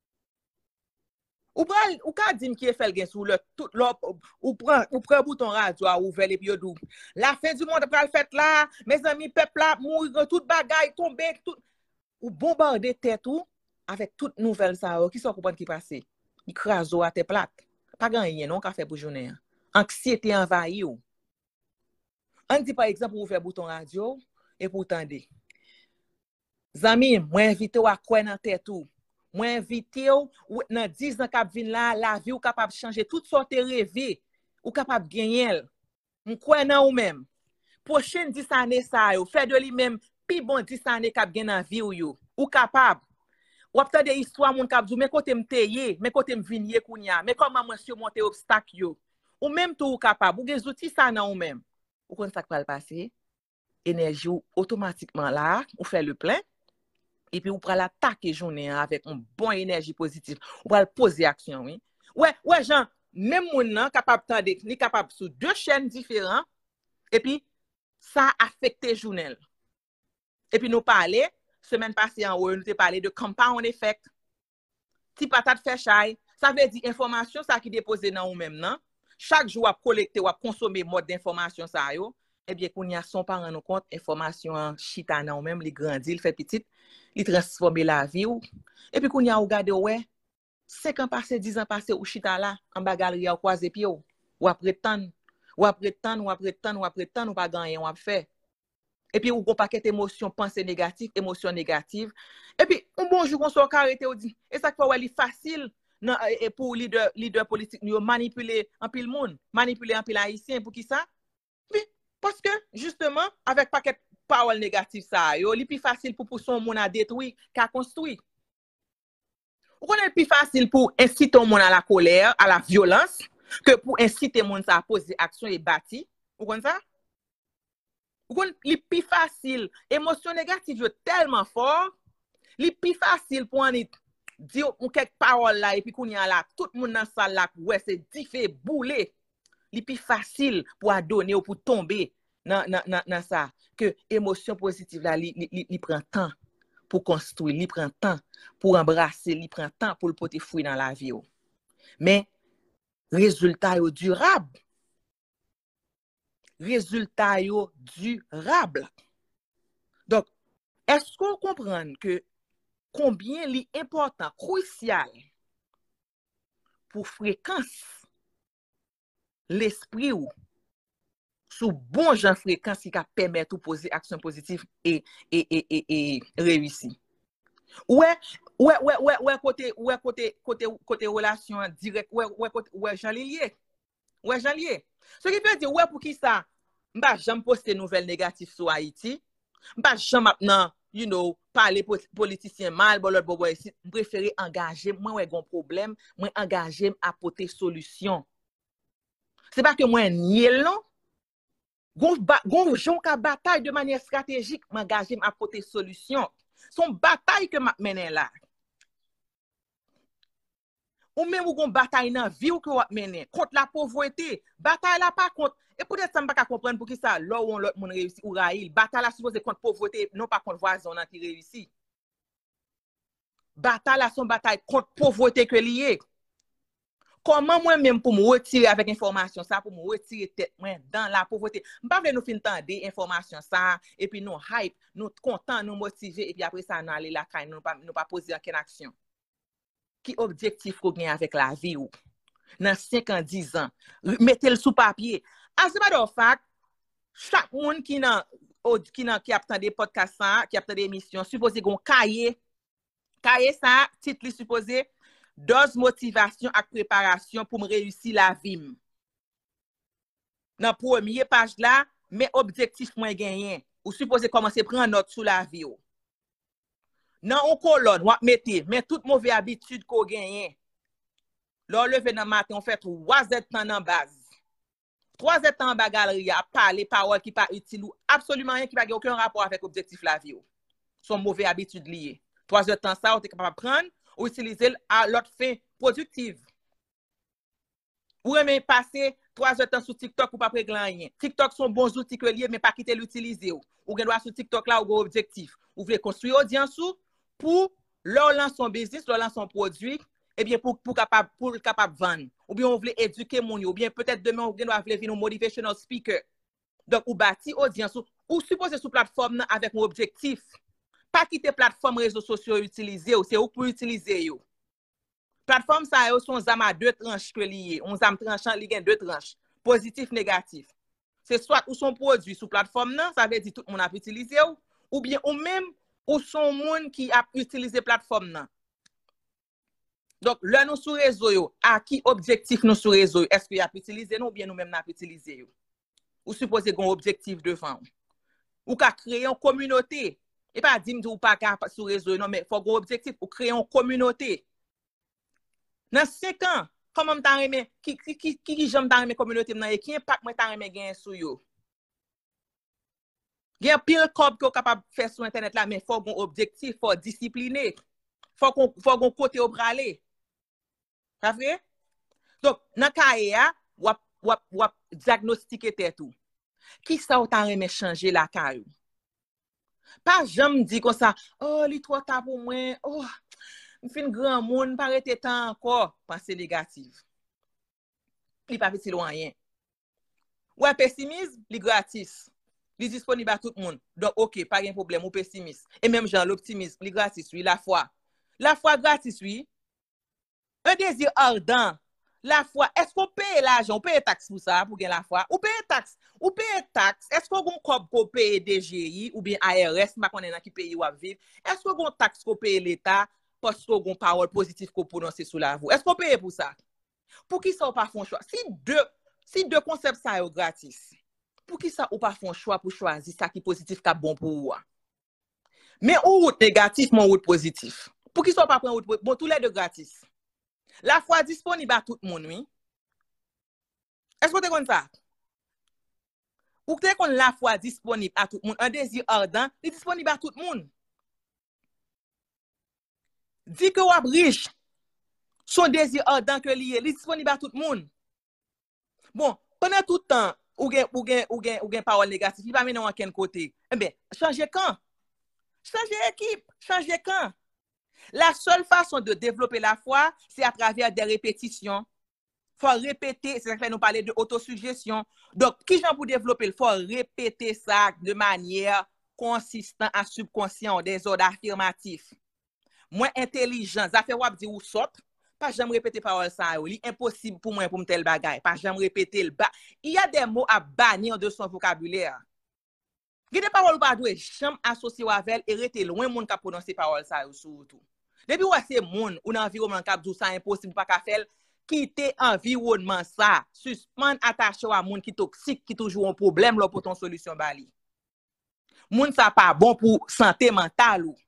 Ou pral ou ka dim qui fait gen sou le tout ou prend ou prend bouton radio a ouvert et puis yo dou. La fin du monde pral fait là, mes amis peuple là mourir tout bagaille tomber tout ou bombarder tête ou avec toute nouvelle ça qui sont comprendre qui passer. Il crase à tes plate. Pas gagné non qu'a fait pour journée. Anxiété envahi ou. On dit par exemple vous faire bouton radio et pour tendre. Zami, moi invité ou à quoi dans tête ou. Moi invité ou dans dix ans cap vinn là, la vie ou capable changer toute sorte rêver ou capable gagner. On croit dans ou même. Prochaine dix années ça yo, fait de lui même pi bon dix années cap gagne dans vie ou yo. Ou capable. Ou apta des histoires moun kap dou mais côté m'teye, mais côté m'vinye kounya, mais comment moi surmonter obstacle yo. Ou même tout capable, ou gen outils ça nan ou même. Ou kon ça va passer, énergie ou automatiquement là, ou fait le plein et puis ou pral attaquer journée avec une bonne énergie positive. Ou pral poser action, oui. Ouais, ouais Jean, même moun nan capable tande, ni capable sous deux chaînes différentes et puis ça affecte journée. Et puis nous parler semaine passée en haut, nous avons parlé de compound effect. Si patate fait chai, ça veut dire information ça qui déposé dans ou même non. Chaque jour à collecter ou à consommer mode d'information ça yo, eh bien qu'on y a son parent nous compte information chita dans ou même li grandi, il fait petit, il transformer la vie ou. Et puis qu'on y a regarder ouais, cinq ans passé, dix ans passé ou chita là en bas galerie ou croiser pied ou après tant, ou après tant, ou après tant, ou après tant ou pas gagner ou fait. Et puis, ou gon paquet d'émotions, pensées négatives, émotions négatives. Et puis, un bon jour, on soit carrété, on dit, et ça fait c'est facile non, et pour leader, leader politique, nous manipuler un pile monde, manipuler un pile haïtien, pour qui ça? Oui, parce que, justement, avec paquet de paroles négatives, ça, yo, c'est plus facile pour pousser un monde à détruire qu'à construire. Ou qu'on est plus facile pour inciter un monde à la colère, à la violence, que pour inciter un monde à poser action et bâtir. Ou comme ça? Li plus facile, émotion négative tellement fort, li plus facile pour en dire quelques paroles là et puis qu'on y a là tout le monde dans salle là ouais c'est diffé bouler. Li plus facile pour donner ou pour tomber dans dans dans ça que émotion positive là li li, li prend temps pour construire, li prend temps pour embrasser, li prend temps pour le porter fruit dans la vie. Mais résultat est durable. résultat yo durable. Donc, est-ce qu'on comprend que combien li important, crucial pour fréquence l'esprit ou sous bon genre fréquence qui va permettre de poser action positive et et et et, et réussir. Ouais, ouais, ouais, ouais, ouais, côté, ouais, côté, côté, côté relation direct, ouais, ouais, côté, ouais, Jean lié. Ouais, Jean lié. Ce qui veut dire, ouais, pour qui ça? M'pas jamais poster nouvelles négatives sur Haïti. M'pas jamais maintenant, you know, parler politicien mal, bon, l'autre, bon, bon, ici. M'préférer engager, moi, ouais, gon problème, moi, engager, apporter solution. C'est pas que moi, niel, non? Gon, gon, jon ka bataille de manière stratégique, m'engager, apporter solution. Son bataille que m'a mené là. Ou même ou gon bataille dans vie ou que m'a mené contre la pauvreté, bataille là pas contre et peut-être ça m'pas comprendre pour qui ça là où l'autre monde réussit ou raïl, bataille là supposé contre pauvreté non pas contre voisin qui réussit. Bataille là son bataille contre pauvreté que lié. Comment moi-même pour me retirer avec information ça pour me retirer tête moi dans la pauvreté. M'pas vle nous fin tande information ça et puis nous hype, nous content, nous motiver et puis après ça nous aller la caille nous pas nous pas poser aucune action. Qui objectif qu'on gagne avec la vie ou dans cinq ans, dix ans, mettez-le sous papier. As a matter of fact, chaque monde qui n'a qui n'a qui attend des podcasts ça, qui attend des émissions, supposé qu'on cahier cahier ça, titre supposé dose motivation et préparation pour me réussir la vie. Dans première page là, mes objectifs moins gagner. Ou supposé commencer prendre note sur la vie. Dans on colonne, on mettez, mais toute mauvaise habitude qu'on gagne. Lors lever dans matin, on fait trois temps en base. Trois temps en bas galerie à parler paroles qui pas utile ou absolument rien qui pas aucun rapport avec objectif la vie. Son mauvaise habitude liée. Trois temps ça, on est capable de prendre ou utiliser à l'autre fin productive. Ou même passer trois temps sur TikTok ou pas régler rien. TikTok sont bons outils que lié mais pas quitter l'utiliser. Ou gen droit sur TikTok là ou objectif. Ou voulez construire audience pour leur lancer son business, leur lancer son produit, et bien pour pour capable pour capable vendre. Ou bien on veut éduquer mon ou bien peut-être demain on doit venir un motivational speaker. Donc ou bâti audience ou supposé sur plateforme avec un objectif. Pas quitter plateforme réseaux sociaux utiliser ou c'est ou pour utiliser yo. Plateforme ça yo sont zam à deux tranches que lié. On zam tranchant li gen deux tranches, positif négatif. C'est soit ou son produit sur plateforme nan, ça veut dire tout le monde a utilisé ou, ou bien ou même ou son monde qui a utilisé plateforme nan. Donc là nous sur réseau yo, à qui objectif nous sur réseau, est-ce qu'il a utilisé nous ou bien nous même n'a utilisé yo. Ou supposé gon objectif devant. Ou ka créer une communauté. Et pas dire ou pas sur réseau non mais faut gon objectif ou créer une communauté. Dans cinq ans, comment m'ta remè qui qui qui qui j'aime ta remè communauté nan qui impact moi ta remè gen sur yo. Gen pile cob que capable faire sur internet là mais faut gon objectif, faut discipliner. Faut qu'on faut gon côté au braler. Ça vrai? Donc dans cahier a ou ou ou diagnostiquer tout. Qui ça ou ta remè changer la caillou? Pas jamais dit comme ça, oh li trop tard pour moi, oh fin grand monde pas rete temps encore pensée négative. Il pas petit loin rien. Ouais pessimisme, li gratis. Li disponible à tout le monde. Donc OK, pas de problème ou pessimiste. Et même genre l'optimisme, li gratis oui, la foi. La foi gratis oui. Un désir ardent. La foi, est-ce qu'on paye l'argent, on paye taxe pour ça pour gagner la foi? Ou paye taxe? Ou paye taxe? Est-ce qu'on a qu'on paye D G I ou bien A R S, ma connaît qui paye ou à vivre? Est-ce qu'on a taxe qu'on paye l'État parce qu'on a parole positive qu'on prononce sur la voix? Est-ce qu'on paye pour ça? Pour qui ça ou pas font choix? Si deux si deux concepts ça sont gratis. Pour qui ça ou pas font choix pour choisir ça qui est positif qui bon pour vous? Mais ou route négatif, mon route positif. Pour qui ça pas prendre route bon tous les deux gratis? La foi disponible à tout le monde, oui. Est-ce que vous avez ça? Ou que vous la foi disponible à tout le monde, un désir ardent, il est disponible à tout le monde. Dit que vous êtes riche, son désir ardent que lié, il est disponible à tout le monde. Bon, pendant tout le temps, ou gen ou gen ou gen ou gen parole négative, il va mener en quel côté? Eh bien, changez quand? Changez équipe, changez quand? La seule façon de développer la foi, c'est à travers des répétitions. faut répéter, c'est ça que nous parler de autosuggestion. Donc, qui j'en pour développer, il faut répéter ça de manière consistante à subconscient, des ordres affirmatifs. Moins intelligent, ça fait wap di ou sot, pas jamais répéter parole ça, li impossible pour moi pour me tel bagay, pas jamais répéter le bas. Il y a des mots à bannir de son vocabulaire. Il y a des paroles pas doué, jamais associer avec et rester loin moun ka prononcer parole ça surtout. Depuis ouais c'est moun ou dans environnement cap dou ça impossible pas ka faire. Quitter environnement ça, suspendre attaché à moun qui toxique qui toujours un problème là pour ton solution bali. Moun ça pas bon pour santé mentale ou.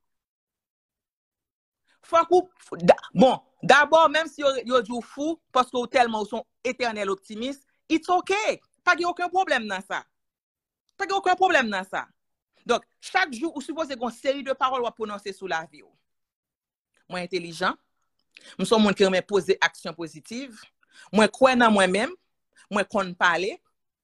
Faut coup bon, d'abord même si yo jou fou parce que tellement sont éternel optimiste, it's okay. Pas de aucun problème dans ça. Pas de aucun problème dans ça. Donc chaque jour vous supposez une série de paroles à prononcer sous la vie. Moi intelligent, nous sommes monde qui remet poser action positive. Moi crois dans moi-même, moi connais parler.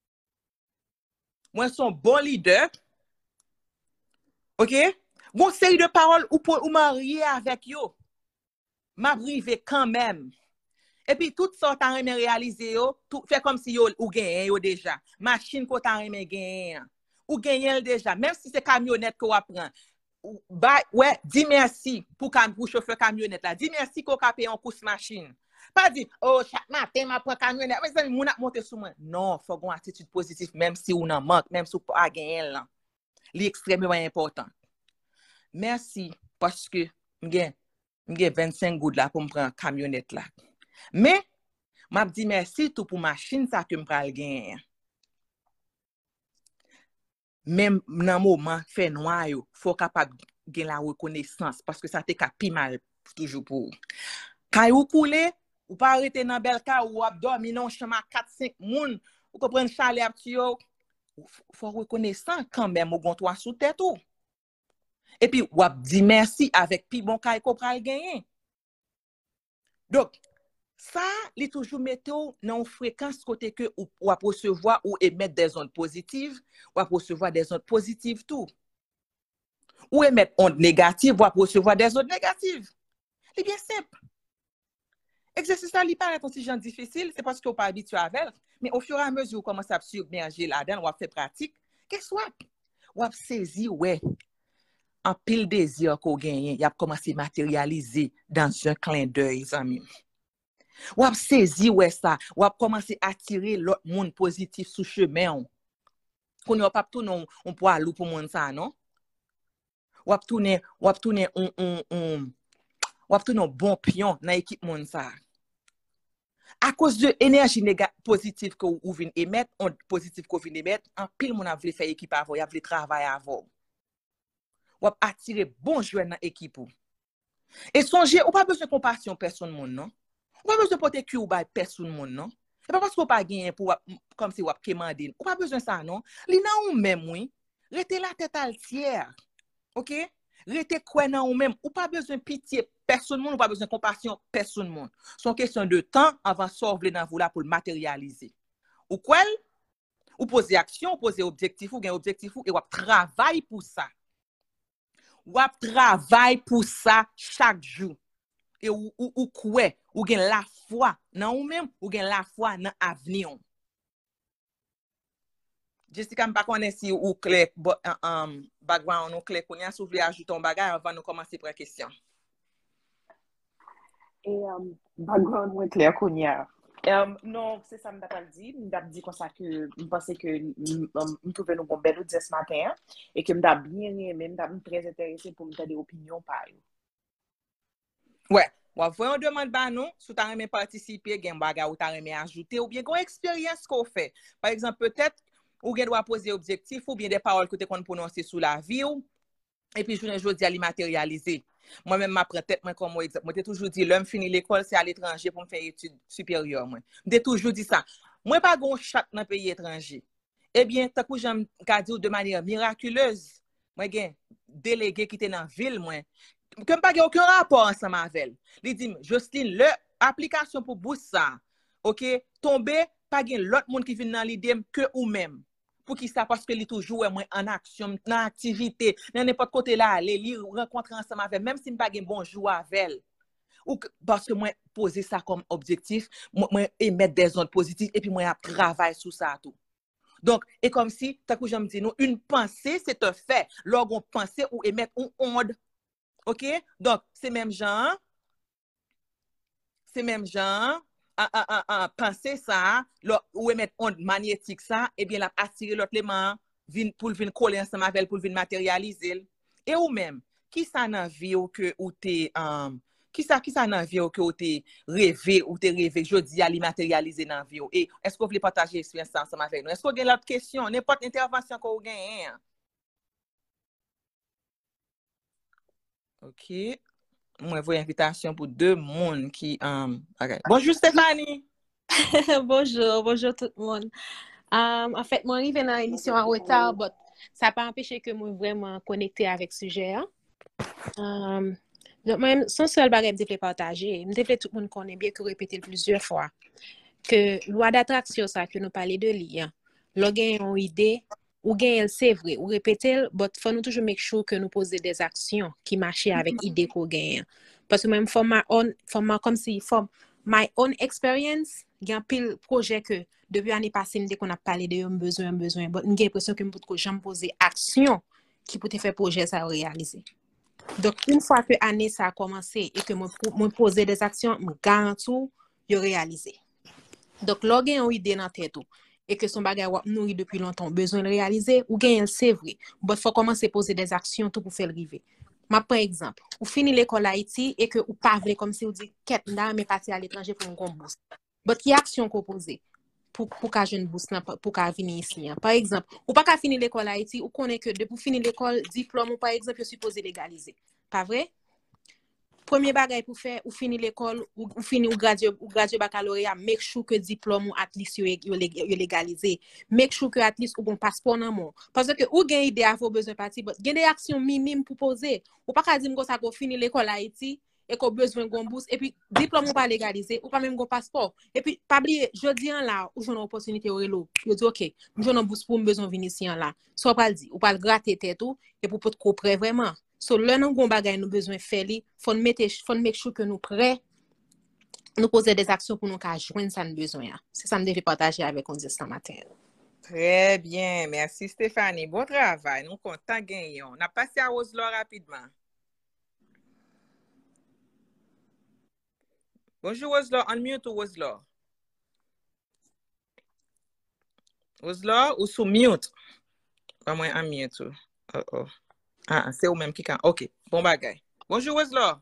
Moi son bon leader. OK? Bon série de paroles ou pour ou marier avec yo. M'a privé quand même. Et puis tout ça t'as remet réaliser yo, tout fait comme si yo ou gagne yo déjà. Machine ko t'as remet gagne. Ou gagne déjà, même si c'est camionnette qu'on prend. Bah, ouais, dis merci pour cam pour chauffeur camionnette là. Dis merci qu'on a payé en course machine. Pas dire oh chaque matin m'a prend camionnette. Mais ça mon a monter sur moi. Non, faut une attitude positive même si on en manque, même si on pas gagner là. C'est extrêmement important. Merci parce que m'gen m'gen vingt-cinq gouttes là pour me prendre camionnette là. Mais m'a dit merci tout pour machine ça que me pral gagner. Même dans moment fait noir yo faut capable gen la reconnaissance parce que ça te ka pi mal toujours pour quand ou coulé ou pas arrêter dans bel cas ou ap dormi dans chambre quatre cinq moun ou comprendre chalet ap ti yo faut reconnaissant quand même ou gon toi sous tête ou et puis ou ap di merci avec pi bon kay ko pral gagner. Donc ça li toujours météo dans fréquence côté que ou, ou à recevoir ou émettre des ondes positives ou à recevoir des ondes positives tout ou émettre ondes négatives ou à recevoir des ondes négatives. C'est bien simple. Exercice ça li paraît aussi genre difficile, c'est parce qu'on pas habitué avec, mais au fur et à mesure où commence à submerger là-dedans, on va faire pratique, qu'est-ce soit ou à saisir ouais en pile désir qu'on gagne, il a commencé à matérialiser dans un clin d'œil amis. Ou ap saisi ouais ça, ou ap commencer à attirer l'autre monde positif sous chemin. Qu'on y a pas tout non on pour aller pour monde ça non. Ou ap tourner, ou ap tourner on on on ou ap tourner bon pion dans équipe monde ça. À cause de énergie négative positive que ou vinn émettre, on positive que vinn émettre, en pile mon a voulu faire équipe avant, y a voulu travailler avant. Ou ap attirer bon joueur dans équipe. Et songez, ou pas besoin de compassion personne monde non. Ou pas besoin de porter cul ou ba personne monde non. C'est pas parce qu'on pas gagné pour comme si ou commander. Ou pas besoin ça non. Li nan ou même oui, rete la tête altière. OK? Rete quoi nan ou même, ou pas besoin pitié personne monde, ou pas besoin compassion personne monde. Son question de temps avant sortir dans vous là pour le matérialiser. Ou quoi? Ou poser action, ou poser objectif ou gain objectif ou et ou travail pour ça. Ou travail pour ça chaque jour. Et ou ou ou quoi ou gen la foi nan ou même ou gen la foi dans avenir. Jessica m'pa connait si ou clair um, background ou clair konya sou vle ajouter un bagage avant nous commencer par question. Et um, background moins clair konya. Um, non, c'est ça m'ta dit, m'ta dit comme ça que me pensais que me trouver nous bon bel audience ce matin et que m'ta bien aimé, m'ta très intéressé pour me donner opinion par eux. Ouais, ou voyons demande ba nous, sou ta remen participer, gen baga ou ta remen ajouter ou bien gon expérience qu'on fait. Par exemple, peut-être ou gen doit poser objectif ou bien des paroles que tu qu'on prononcer sous la vie ou et puis journée jodi à li matérialiser. Moi même m'apprend tête moi comme exemple, moi t'ai toujours dit l'homme fini l'école c'est à l'étranger pour me faire études supérieures moi. M'ai toujours dit ça. Moi pas gon chat dans pays étranger. Eh bien, tant que j'aime ka dire de manière miraculeuse, moi gen délégué qui était dans ville moi comme pas aucun rapport ensemble avec elle. Il dit Jocelyne, le application pour bourse ça. OK, tomber pas gen l'autre monde qui vient dans l'idée que ou même. Pour qui ça parce que li toujours moi en action, dans activité, dans n'importe côté là, aller li rencontrer ensemble avec même si pas gen bonjour avec elle. ou parce que moi poser ça comme objectif, moi, moi émettre des ondes positives et puis moi travailler sur ça tout. Donc, et comme si, t'as que j'aime dire, nous, une pensée, c'est un fait. Lorsqu'on pense ou émettre une onde. OK? Donc, c'est même genre, c'est même genre, à, à, à, à penser ça, là, ou émettre onde magnétique ça, et bien, la attirer l'autre élément pour venir coller ensemble avec, pour venir matérialiser. Et ou même, qui ça dans vie ou que ou t'es, um, qui ça, qui ça dans vie ou que ou t'es rêvé, ou t'es rêvé, je dis à li matérialiser dans vie. Et est-ce que vous voulez partager l'expérience ensemble avec nous? Est-ce que vous avez l'autre question? N'importe intervention que vous gagnez. OK. Moi, vous invitation pour deux mondes qui... Um, okay. Bonjour Stéphanie. Bonjour, bonjour tout le monde. Um, en fait, moi, je arrive dans l'émission en retard, mais ça n'a pas empêché que moi vraiment connecté avec ce sujet. Um, donc, moi, son seul bagage que je voulais partager, je voulais tout le monde connaît bien que répéter plusieurs fois, que loi d'attraction, ça, que nous parlons de lien, l'organe une idée, ou gain c'est vrai, ou répéter, mais il faut nous toujours make sure que nous poser des actions qui marchent avec l'idée qu'on gagne. Parce que même for my own, for my, comme si, for my own experience, il y a un pile projet que depuis l'année passée, dès qu'on a parlé de un besoin, un besoin, mais j'ai l'impression que je peux jamais poser action qui peut faire projet ça réaliser. Donc, une fois que l'année ça a commencé et que je pose des actions, je garantis de réaliser. Donc, là, il y a une idée dans la tête et que son bagage nourri depuis longtemps, besoin de réaliser, ou gagne c'est vrai. Mais il faut commencer à poser des actions tout pour faire le arriver. Ma par exemple, ou fini l'école à Haïti et que ou pas vrai comme si vous dit quête là mais partir à l'étranger pour un bon bourse. Mais qui action qu'on poser pour pour qu'à jeune bourse pour qu'à venir ici. Par exemple, ou pas qu'à finir l'école à Haïti ou connaît que depuis finir l'école diplôme ou par exemple je supposé légaliser. Pas vrai? Premier bagage pour faire ou finir l'école ou, ou finir ou graduer ou graduer baccalauréat, make sure que diplôme ou at least yo, yo, yo légalisé, make sure que at least ou bon passeport nan mon parce que ou gen idée a vos besoin parti but gen des actions minimes pour poser ou pas ka dire comme ça qu'on finir l'école à Haïti et qu'on besoin gon bourse et puis diplôme ou pas légalisé ou pas même gon passeport et puis pas oublier jodi an là ou j'en opportunité au relo yo dit OK j'en bourse pour besoin venir ici en là soit pas le dire ou pas le gratter tête ou et pour peut comprendre vraiment. So, là, nous avons besoin nous besoin faire, il faut mettre, faut make sure que nous prêts, nous poser des actions pour nous joindre ça nous besoin. C'est ça que je vais partager avec vous ce matin. Très bien, merci Stéphanie. Bon travail, nous comptons gagner. On a passé à Oslo rapidement. Bonjour Oslo, unmute ou Oslo. Oslo ou sous mute? Pas moi unmute. Oh oh. Ah, c'est ou même qui can. OK, bon bagay. Bonjour Oslo.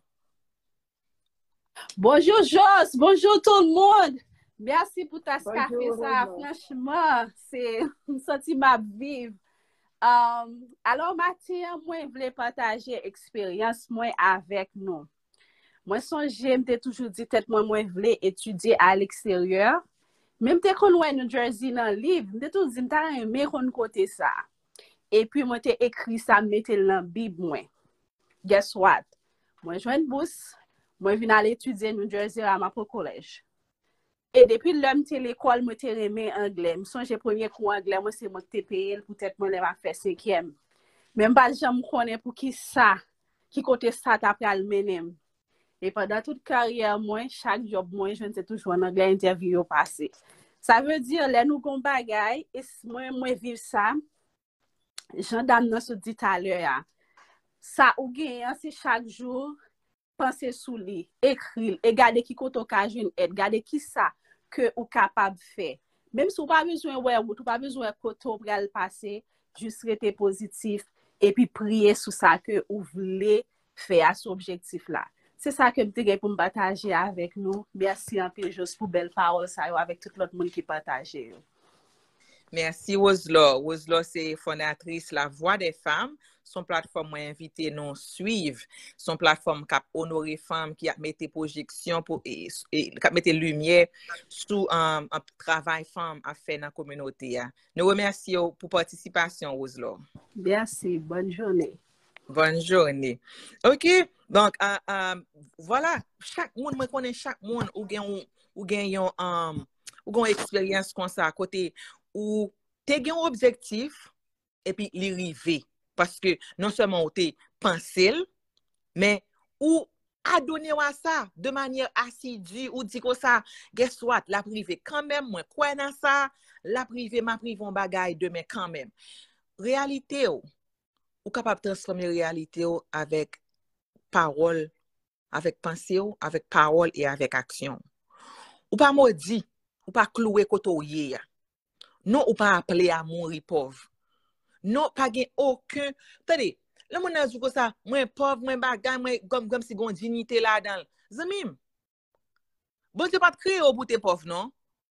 Bonjour Jos, bonjour tout le monde. Merci pour ta café ça. Franchement, c'est un sentiment vivre. Um, alors Mathieu, moi je voulais partager expérience moi avec nous. Moi songe j'aime toujours dit tête moi moi voulais étudier à l'extérieur. Même te qu'on ouais New Jersey dans livre, me tout dit m'ta aimer qu'on côté ça. Et puis moi t'ai écrit ça mettre dans Bible moi. Guess what? Moi joine bourse. Moi, je viens aller étudier New Jersey à ma collège. Et depuis l'homme de l'école, moi, j'ai aimé anglais. Je songe premier cours anglais, moi, c'est moi qui t'ai payé, peut-être moi, je vais faire cinquième. Même pas, je me connais pour qui ça, qui côté ça, t'as pris le menem. Et pendant toute carrière, moi, chaque job, moi, je ne toujours en anglais interview passé. Ça veut dire, là, nous, gon bagay, et moi, moi, vivre ça, Jean Dame se dit tout à l'heure, ça, ou gagne, c'est chaque jour, penser sous lui, écrire, et garder qui koto ka joine aide, garder qui ça que ou capable de faire. Même si ou pas besoin ouais, ou pas besoin koto pral passer, juste rester positif et puis prier sur ça que ou voulez faire à ce objectif là. C'est ça que je pour me partager avec nous. Merci un peu juste pour belle parole ça avec tout l'autre monde qui partage. Merci Oslo. Oslo c'est fondatrice La Voix des Femmes. Son plateforme m'a invité nous suivre. Son plateforme qui a honoré femmes, qui a mis projection pour et, et qui a mis lumière sur un um, travail femme à faire dans la communauté. Nous remercions pour participation Oslo. Merci, bonne journée. Bonne journée. OK, donc uh, um, voilà, chaque monde moi connaît chaque monde ou gagne ou gagne um ou gagne expérience comme ça à côté ou tu as un objectif et puis l'y arriver parce que non seulement tu penses mais ou adonné à ça de manière assidue ou dit que ça, guess what, la privée quand même, moi, quoi dans ça, la privée, ma privée, on bagaille demain quand même. Réalité, ou, ou capable de transformer réalité ou avec parole, avec pensée, ou, avec parole et avec action. Ou pas maudit, ou pas cloué koto yé. Non, ou pas appelé à mourir pauvre. Non, pas gen aucun. Attendez, le monde a dit que ça, moi pauvre, moi bagay, moi comme comme si gon dignité là-dedans. Zamim. Bon Dieu pas de créer pour tes pauvres, non?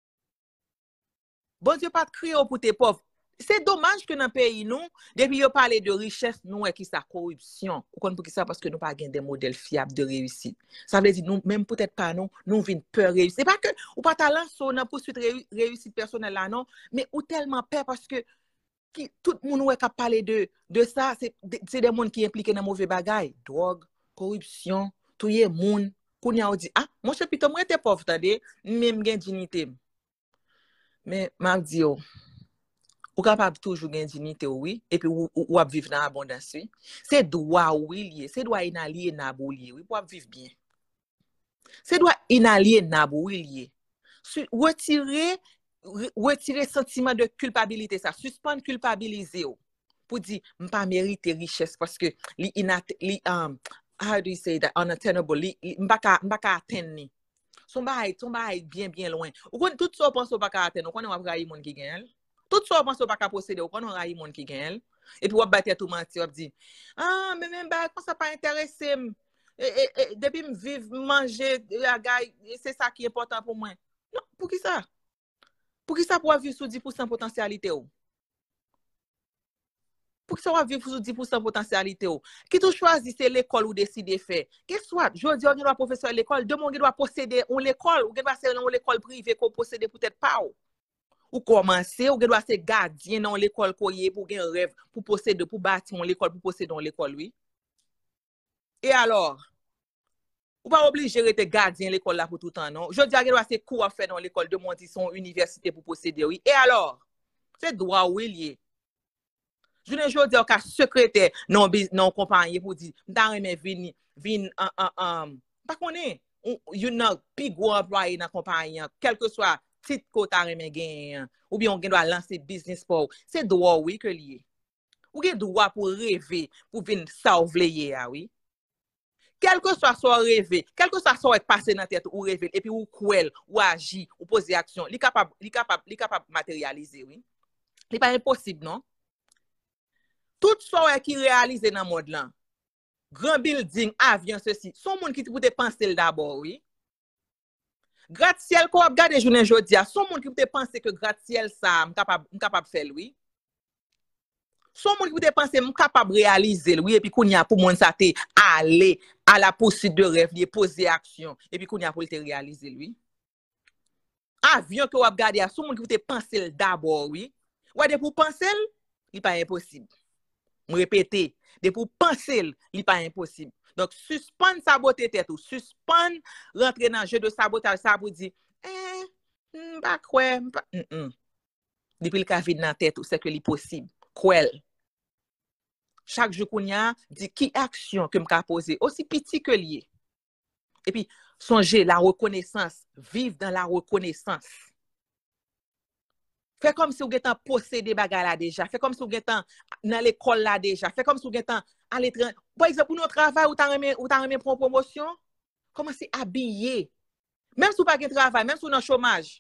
Bon Dieu pas de créer pour tes pauvres. C'est dommage que dans le pays, nous, depuis yo parler de richesse, nous, qui sa corruption. Ou kon pour qui ça? Parce que nous pas gen des modèles fiables de réussite. Ça veut dire, nous, même peut-être pas, non, nous, vin peur réussir. C'est pas que, ou pas talent, so, nan poursuite réussite personnelle là, non, mais ou tellement peur parce que, qui, tout le monde qui parle de, de ça, c'est des gens qui impliquent dans mauvais bagaille. Drogue, corruption, tout y est moun. Qu'on y a dit, ah, mon chapitre, moi, t'es pauvre, t'as dit, même gen dignité. Mais, m'a dit, oh, ou capable toujours gen dignité, oui, et puis ou, ou, ou vivre dans l'abondance, oui. C'est droit, oui, lié. C'est droit inaliénable, oui, oui, pour vivre bien. C'est droit inaliénable, oui, lié. Retirer retirer sentiment de culpabilité ça suspendre culpabiliser pour dire m'pas mériter richesse parce que li inat li um how do you say that unattainable li m'pas m'pas atteindre ni son bail son bail bien bien loin ou kon tout ça pense pas atteindre on va railler monde qui gagne tout ça pense pas posséder on va railler monde qui gagne et puis on battre tout mentir on dit ah mais même ba ça pas intéressé et, et, depuis me vivre manger c'est ça qui est important pour moi non pour qui ça. Pour qui ça pourra vivre sous dix pour cent potentialité ou? Pour qui ça pourra vivre sous dix pour cent potentialité ou? Qui tout choisit c'est l'école ou décider faire? Qu'est-ce soit, je dis on doit professeur à l'école, demain on doit posséder on l'école ou doit ser dans l'école privée qu'on posséder peut-être pas ou. Ou commencer ou doit ser gardien dans l'école koye pour un rêve pour posséder pour bâtir l'école pour posséder dans l'école oui. Et alors ou pas obligé de rester gardien l'école là pour tout le temps, non? Je dis qu'il doit c'est cours à faire dans l'école de monter son université pour posséder, oui. Et alors? C'est droit ou lié. Je ne veux dire qu'un secrétaire non non compagnie pour dire, m'ta remen vin vin un un un pas connaît, you know, big gros employé dans compagnie, quel que soit titre que ta remen gain ou bien on doit lancer business pour. C'est droit oui que lié. Ou gen droit pour rêver, pour venir sauver ah oui. Quel que soit son rêve, quel que soit son passé dans tête ou rêve et puis ou cruel ou agir ou poser action, li capable li capable li capable matérialiser oui. C'est pas impossible non. Tout ça qui réalisé dans monde là. Grand building, avion ceci, son monde qui peut penser d'abord oui. Gratte-ciel qu'on a regardé journée jodi a, son monde qui peut penser que gratte-ciel ça capable capable faire oui. Son monde qui peut penser capable réaliser oui et puis qu'on y a pour monde ça té aller à la poursuite de rêve, il poser action et puis qu'on y a pour le réaliser lui. Avion que vous regardez à son monde qui peut penser d'abord oui. Ouais de pour penser, il pas impossible. Je répète, de pour penser, il pas impossible. Donc suspendre saboter tête ou suspendre rentrer dans jeu de sabotage ça pour dire eh pas quoi depuis le cas vide dans tête c'est que c'est possible. Quoi chaque jour qu'on y a dit qui action que m'ka poser aussi petit que lié et puis songer la reconnaissance vivre dans la reconnaissance fait comme si vous étiez possédé bagarre là déjà fait comme si vous étiez dans l'école là déjà fait comme si vous étiez à l'étranger par exemple pour notre travail ou t'as remis ou t'as remis pour promotion commencer habiller même si vous pas de travail même si vous dans chômage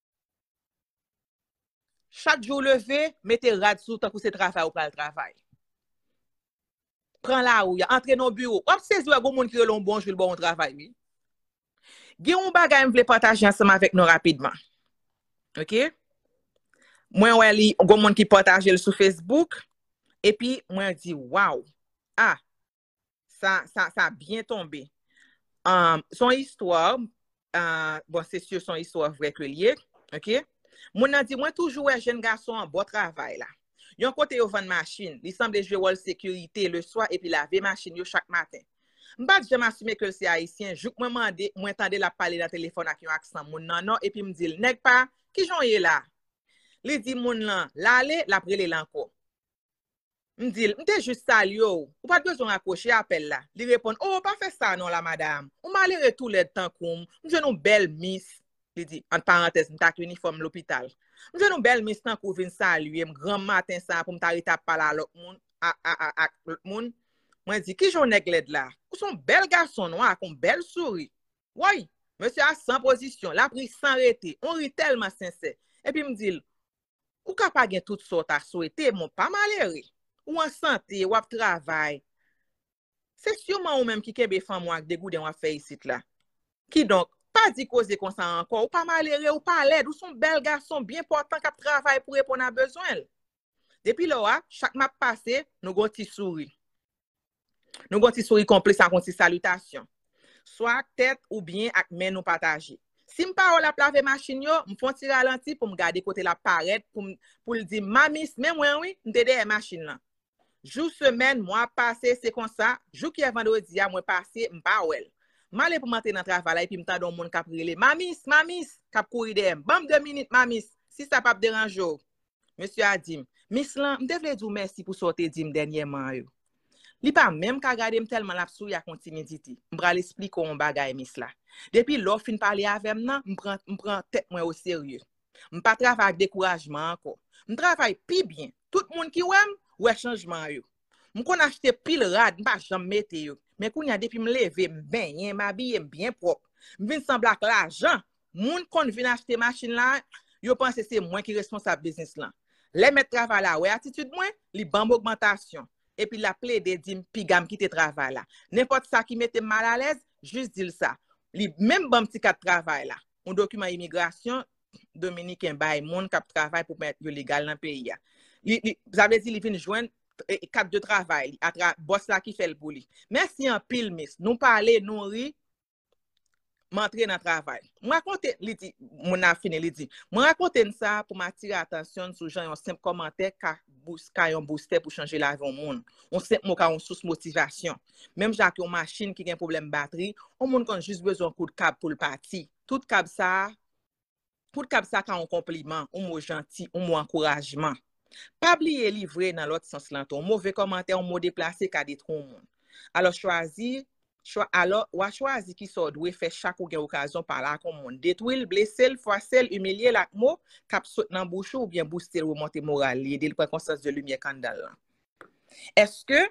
chaque jour levé mettez rad sous tant que c'est travail ou pas le travail. Prends la ou, entre dans bureau. Ou c'est soit gon monde qui relon bon, je le bon travail oui. Gen un bagay me vle partager ensemble avec nous rapidement. OK? Moi ouais li gon monde qui partage le sur Facebook et puis moi dit waouh. Ah. Ça ça ça a bien tombé. Um, son histoire uh, bon c'est sûr son histoire vrai que lié. OK? Mon a dit moi toujours un jeune garçon en bon travail là. Yon côté yo vend machine, il semble jouer rôle sécurité le soir et puis laver machine yo chaque matin. M'pas jamais assumer que c'est haïtien, jouk moi mandé, moi entendé la parler dans téléphone avec un accent moun nan non et puis me dit nèg pas qui jon yé là. Li dit moun lan, l'aller la prélé encore. me dit, m'te juste salué ou pas besoin accrocher appel là. Li répond, "Oh, pas fait ça non la madame. On m'a l'air tout le temps comme, je une belle miss." Il dit en parenthèse, m'ta uniforme l'hôpital. Je une belle miss tant qu'on vient saluer, grand matin ça pour m'ta reta parler à l'autre monde, à à à l'autre monde. Moi dit, "Qui j'en nèglède là? Ou son bel garçon noir con belle souris." Oui, monsieur a sans position, la pris sans arrêter. On rit tellement sincère. Et puis me dit, "Ou capable gen toutes sortes à souhaiter, mon pas malheureux. Ou en santé, ou ap travail. C'est sûrement ou même qui kebe femme ou ak dégoûté ou a fait ici là. Qui donc pas dit cause comme ça encore, ou pas malheureux ou pas l'aide, ou son bel garçon bien portant qui travaille pour répondre à besoin. Depuis là, chaque map passé, nous gon ti souri. Nous gon ti souri complet sans gon ti salutation. Soit tête ou bien ak men nous partager. Si m'pa ou la plave machine yo, m'fon ti ralenti pour m'garder côté la paraître pour pour le dire mamis, mais moi oui, m'te derrière machine là. Jour semaine, mois passé, c'est comme ça. Jour qui est vendredi, à moi passé, m'pa ouel. M'aller pour monter dans travail et puis m'ta don monde k'ap rele. Mamis, mamis, k'ap courir dem. Bam deux minutes, mamis. Si ça pas dérange yo. Monsieur a dit, Miss lan, m'te vle dou merci pour sortir dim dernièrement yo. Li pa même ka gade m tellement la sou ya continuité. M'bral explique on bagay Miss la. Depuis l'offre fin parler avec nan, m'prend m'prend tête moi au sérieux. M'pa travaille avec découragement encore. M'travaille pi bien. Tout monde qui wèm ouais changement yo. M'kon acheter pile rad, m'pa jamais mette yo. Mais kounya depuis me lever, m'ben, m'habiller bien propre. M'vin sembla ak l'argent. Moun kon vin acheter machine là, yo pense c'est moi qui responsable business là. Les mettre travail là, ouais attitude moi, li bam augmentation. Et puis la plaide dit pigam qui te travail là. N'importe ça qui mette mal à l'aise, juste dire ça. Li même bon petit cadre travail là. Un document immigration dominicain bay monde qui travaille pour mettre légal dans le pays. Vous avez dit, il vient joindre cadre de travail, à boss là qui fait le boulot. Merci en pile, miss. Nous parler, nous ri, m'entrer dans le travail. Moi raconter, li dit, mon a fini, li dit. Moi raconter ça pour m'attirer attention sur gens un simple commentaire ka boost ka yon booster pour changer la vie au monde. On simple mot ka on source motivation. Même Jacques une machine qui a un problème batterie, on monde qu'on juste besoin coup de câble pour le parti. Tout câble ça, tout câble ça ka un compliment, un mot gentil, un mot encouragement. Pas oublier livrer dans l'autre sens là, ton mauvais commentaire, un mot déplacé ka détruire monde. Alors choisir alors, ou a choisi qui sort doit faire chaque occasion par là comme monde. Détruire, blesser, forcer, humilier la mot, cap saute dans bouche ou bien booster ou monter moral, aider le prendre conscience de lumière candale. Est-ce que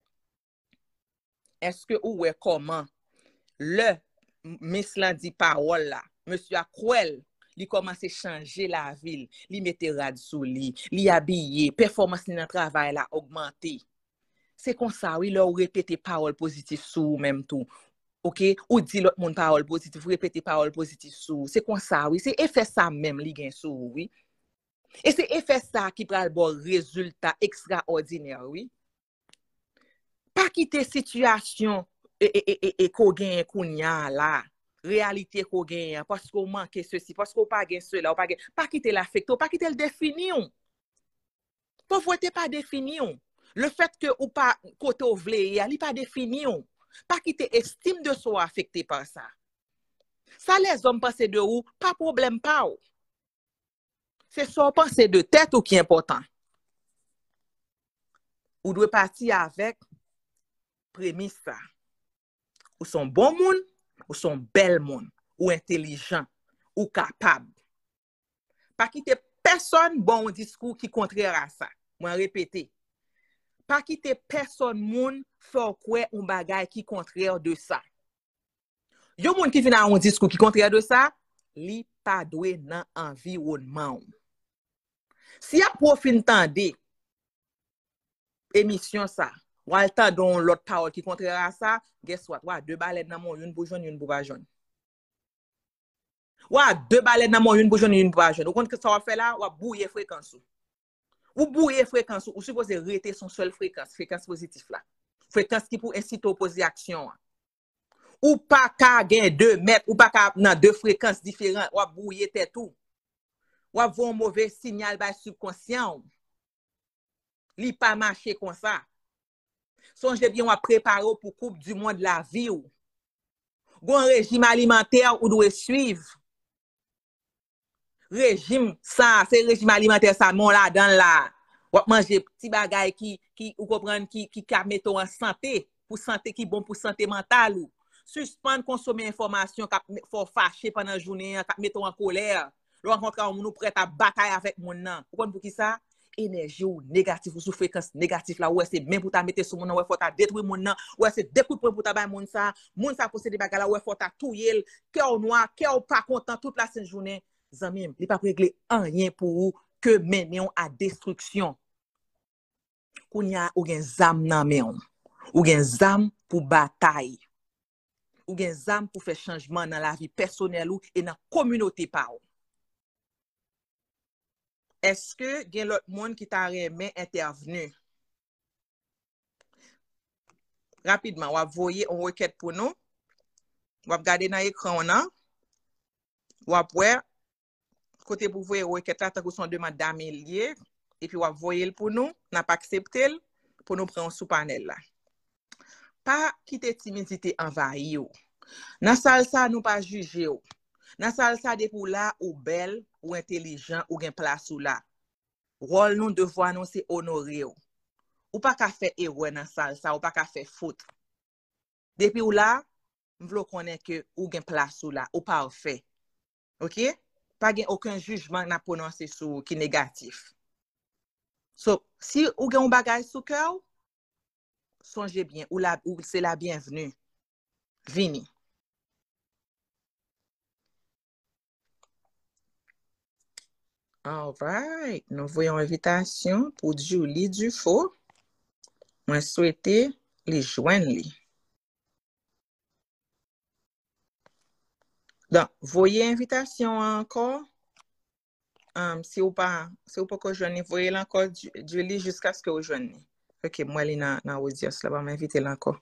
est-ce que ou est comment le Miss lan dit parole là, monsieur a cruel, li commence à changer la ville, li mette rad sou li, li habillé, performance dans travail là augmenter. C'est comme ça, oui, là, ou répéter parole positive sous même tout. OK? Ou dit l'autre monde parole positive, ou répéter parole positive sous. C'est comme ça, oui. C'est effet ça même, li gen sous, oui. Et c'est effet ça qui prend le bon résultat extraordinaire, oui. Pas quitter situation et et et et ko gen kounya là. Réalité ko gen parce qu'on manque ceci, parce qu'on pas gen cela, ou pas gen, pas quitter l'affecter, pas quitter le définir. Pauvreté pas définir. Le fait que ou pas côté ou vle, il pas défini, pas quitter estime de soi affecté par ça. Ça les hommes pensent de ou, pas problème pas ou. C'est son pensée de tête ou qui est important. Ou doit partir avec prémisse ça. Ou sont bon monde, ou sont bel monde, ou intelligent, ou capable. Pas quitter personne bon discours qui contraire à ça. Moi répéter. Pas quitter personne moun fait quoi un bagay qui contraire de ça. Yo moun qui vient à un discours qui contraire de ça, li pas doué dans environnement. Si a profin tande émission ça, ou al tande l'autre parole qui contraire à ça, guess what? Wa deux balles dans mon une pour jaune une pour pas jaune. Wa deux balles dans mon une pour jaune une pour pas jaune. Ou compte que ça va faire là, wa bouiller fréquence. Ou bouiller fréquence, ou supposé rester son seul fréquence, fréquence positive là. Fréquence qui pour inciter à poser action. Ou pas qu'à gagner deux mètres, ou pas qu'à dans deux fréquences différentes, ou bouiller tête tout. Ou avoir un mauvais signal by subconscient. Li pas marcher comme ça. Songez bien, ou préparer pour coupe du monde de la vie ou. Gon régime alimentaire ou doit suivre. Régime ça, c'est régime alimentaire ça mon là dans là. Ou manger petit bagay qui qui ou comprendre qui qui ka metto en santé, pour santé qui bon pour santé mentale ou suspendre consommer information qui faut fâcher pendant la journée, qui metto en colère. Le rencontre on nous prêt à bataille avec mon nan. Vous comprenez pour qui ça? Énergie ou négatif ou sous fréquence négatif là ouais c'est même pour ta mettre sur mon nan ouais faut ta détruire mon nan ouais c'est des coups de poing pour ta bay mon ça mon ça possède des bagages là ouais faut ta touyer cœur noir cœur pas content toute la sainte journée zamim il pas régler rien pour vous que menions à destruction kounya ou gen zam nan men ou gen zam pour bataille ou gen zam pour faire changement dans la vie personnelle ou et dans communauté pa ou. Est-ce que gen l'autre monde qui t'a remet intervenu? Rapidement, on va voyer une requête pour nous. On va regarder dans l'écran on a. On va voir côté pour voyer requête là tant que son demande d'Amélie et puis on va voyer pour nous, n'a pas accepté pour nous prendre sous panel là. Pas quitter timidité envahi ou. Dans salle ça nous pas juger ou. Dans salle ça de pour là ou belle ou intelligent ou gen place ou là. Rôle nous devoir nous c'est honorer ou. Ou pas ka faire erreur dans salle ça ou pas ka faire faute. Depuis ou là, m'vlo connaître que ou gen place ou là ou parfait. OK? Pas gen aucun jugement n'a prononcé sur qui négatif. So, si ou gen un bagage sous cœur, songez bien ou la ou c'est la bienvenue. Vini. All right. Nous voyons invitation pour Julie Dufaux. Moi souhaiter les joindre li. Donc, voyez invitation encore. Um, si ou pas, si ou pas que joindre, voyez encore Julie jusqu'à ce que vous joignez. OK, moi li na na audience là, va m'inviter encore.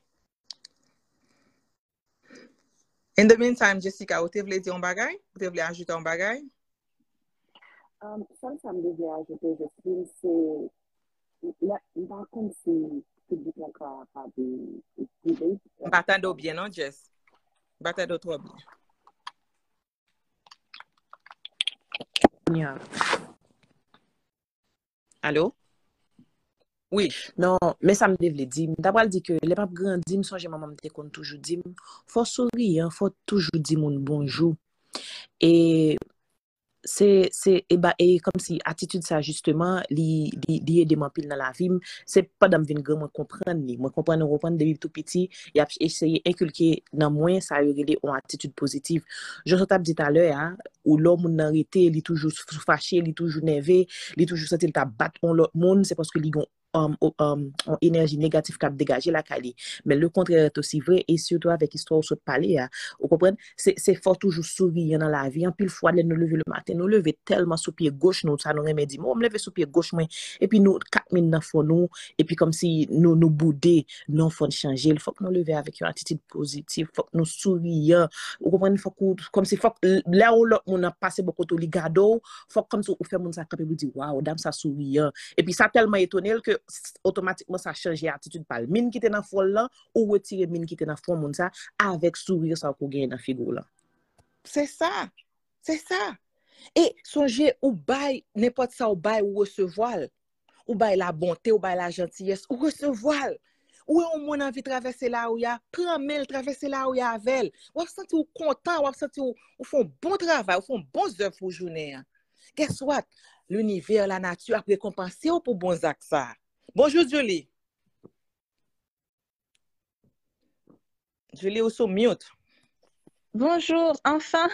In the meantime, Jessica, vous te voulez dire un bagay? Vous te voulez ajouter un bagay? Um, ça, ça me devait ajouter, je trouve, c'est, là, par contre, c'est public encore pas de privé. M'entendez bien, non, Jess? M'entendez trop bien. Yeah. Allô? Oui. Non, mais ça me devait dire, d'abord dit que les papes grandis, me songe maman me kon toujours dit, faut sourire, faut toujours dire mon bonjour. Et c'est c'est et bah et comme si attitude ça justement li li li aider moi pile dans la vie c'est pas dans vinn grand moi comprendre ni moi comprendre reprendre depuis tout petit et essayer inculquer dans moi ça relé une attitude positive je t'ai dit tout à l'heure hein, où l'homme n'a arrêté il toujours fâché il toujours nerveux il toujours senti il t'a battre on l'autre monde c'est parce que li gon Um, um, um, énergie négative qui a dégagé la Cali. Mais le contraire est aussi vrai et surtout avec l'histoire où se parler, hein, vous comprenez? C'est fort toujours sourire dans la vie. En pile fois, nous lever le matin, nous lever tellement sous pied gauche, nous, ça nous remet dit, moi, me lever sous pied gauche, moi, et puis nous, quatre minutes dans fond nous, et puis comme si nous nous bouder, nous faut changer. Il faut que nous lever avec une attitude positive, il faut que nous sourions. Vous comprenez? Faut que, comme si, faut que, là où l'autre, on a passé beaucoup de ligado, faut que comme ça, on fait mon sac, et vous dire, waouh, dame, ça souriant. Et puis ça tellement étonné que automatiquement ça change attitude par mine qui était dans folle là ou retirer mine qui était dans fond monde ça avec sourire ça qu'on gagne dans figure là c'est ça c'est ça et songez ou bail n'importe ça ou bail ou recevoir ou bail la bonté ou bail la gentillesse ou recevoir ou on mon envie traverser là où il y a prend mail traverser là où il y a avec ou senti ou content ou senti ou font bon travail ou font bons œuvres pour journée guess what l'univers la nature a récompensé pour bons actes ça. Bonjour Julie. Julie, vous êtes mute. Bonjour, enfin.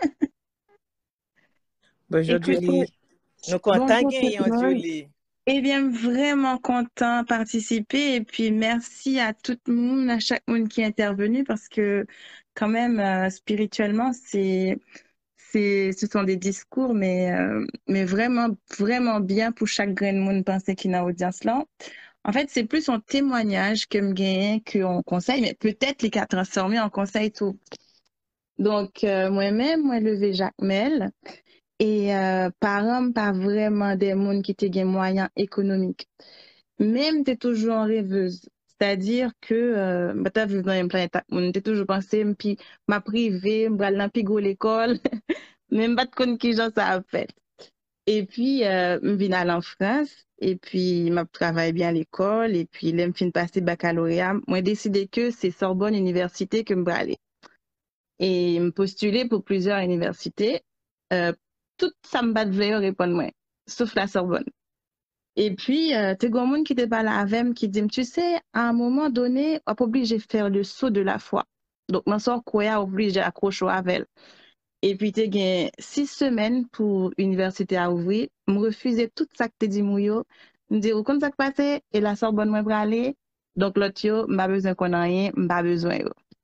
Bonjour Écoutez, Julie. Nous comptons gagner Julie. Eh bien, vraiment content de participer et puis merci à tout le monde, à chaque monde qui est intervenu parce que quand même, euh, spirituellement, c'est... ce sont des discours, mais, euh, mais vraiment, vraiment bien pour chaque grain de monde penser qu'il y a une audience là. En fait, c'est plus un témoignage que me gagne qu'un conseil, mais peut-être les cas transformés en conseil tout. Donc, euh, moi-même, moi, levé Jacques Mel, et euh, parents, pas vraiment des mondes qui te gagnent moyens économiques. Même, tu es toujours en rêveuse. C'est-à-dire que, euh, bah, tu as vu dans une planète, tu toujours pensé, puis ma privée, je vais dans l'école, même pas de connaître qui j'en ça a fait. Et puis, euh, je viens aller en France, et puis, je travaille bien à l'école, et puis, là, je finis de passer baccalauréat. Moi, j'ai décidé que c'est Sorbonne Université que je vais aller. Et me postuler pour plusieurs universités. Euh, tout ça me bat de vouloir répondre moi, sauf la Sorbonne. Et puis, euh, tu as qui te parle avec qui dit, tu sais, à un moment donné, on est obligé de faire le saut de la foi. Donc, je suis obligé d'accrocher avec elle. Et puis, tu as six semaines pour l'université à ouvrir. Je refusais tout ça que tu dis, Mouyo. Je me dis, comment ça se passe? Et la Sorbonne, moi, pour aller. Donc, l'autre, je n'ai pas besoin qu'on ait rien, je n'ai pas besoin.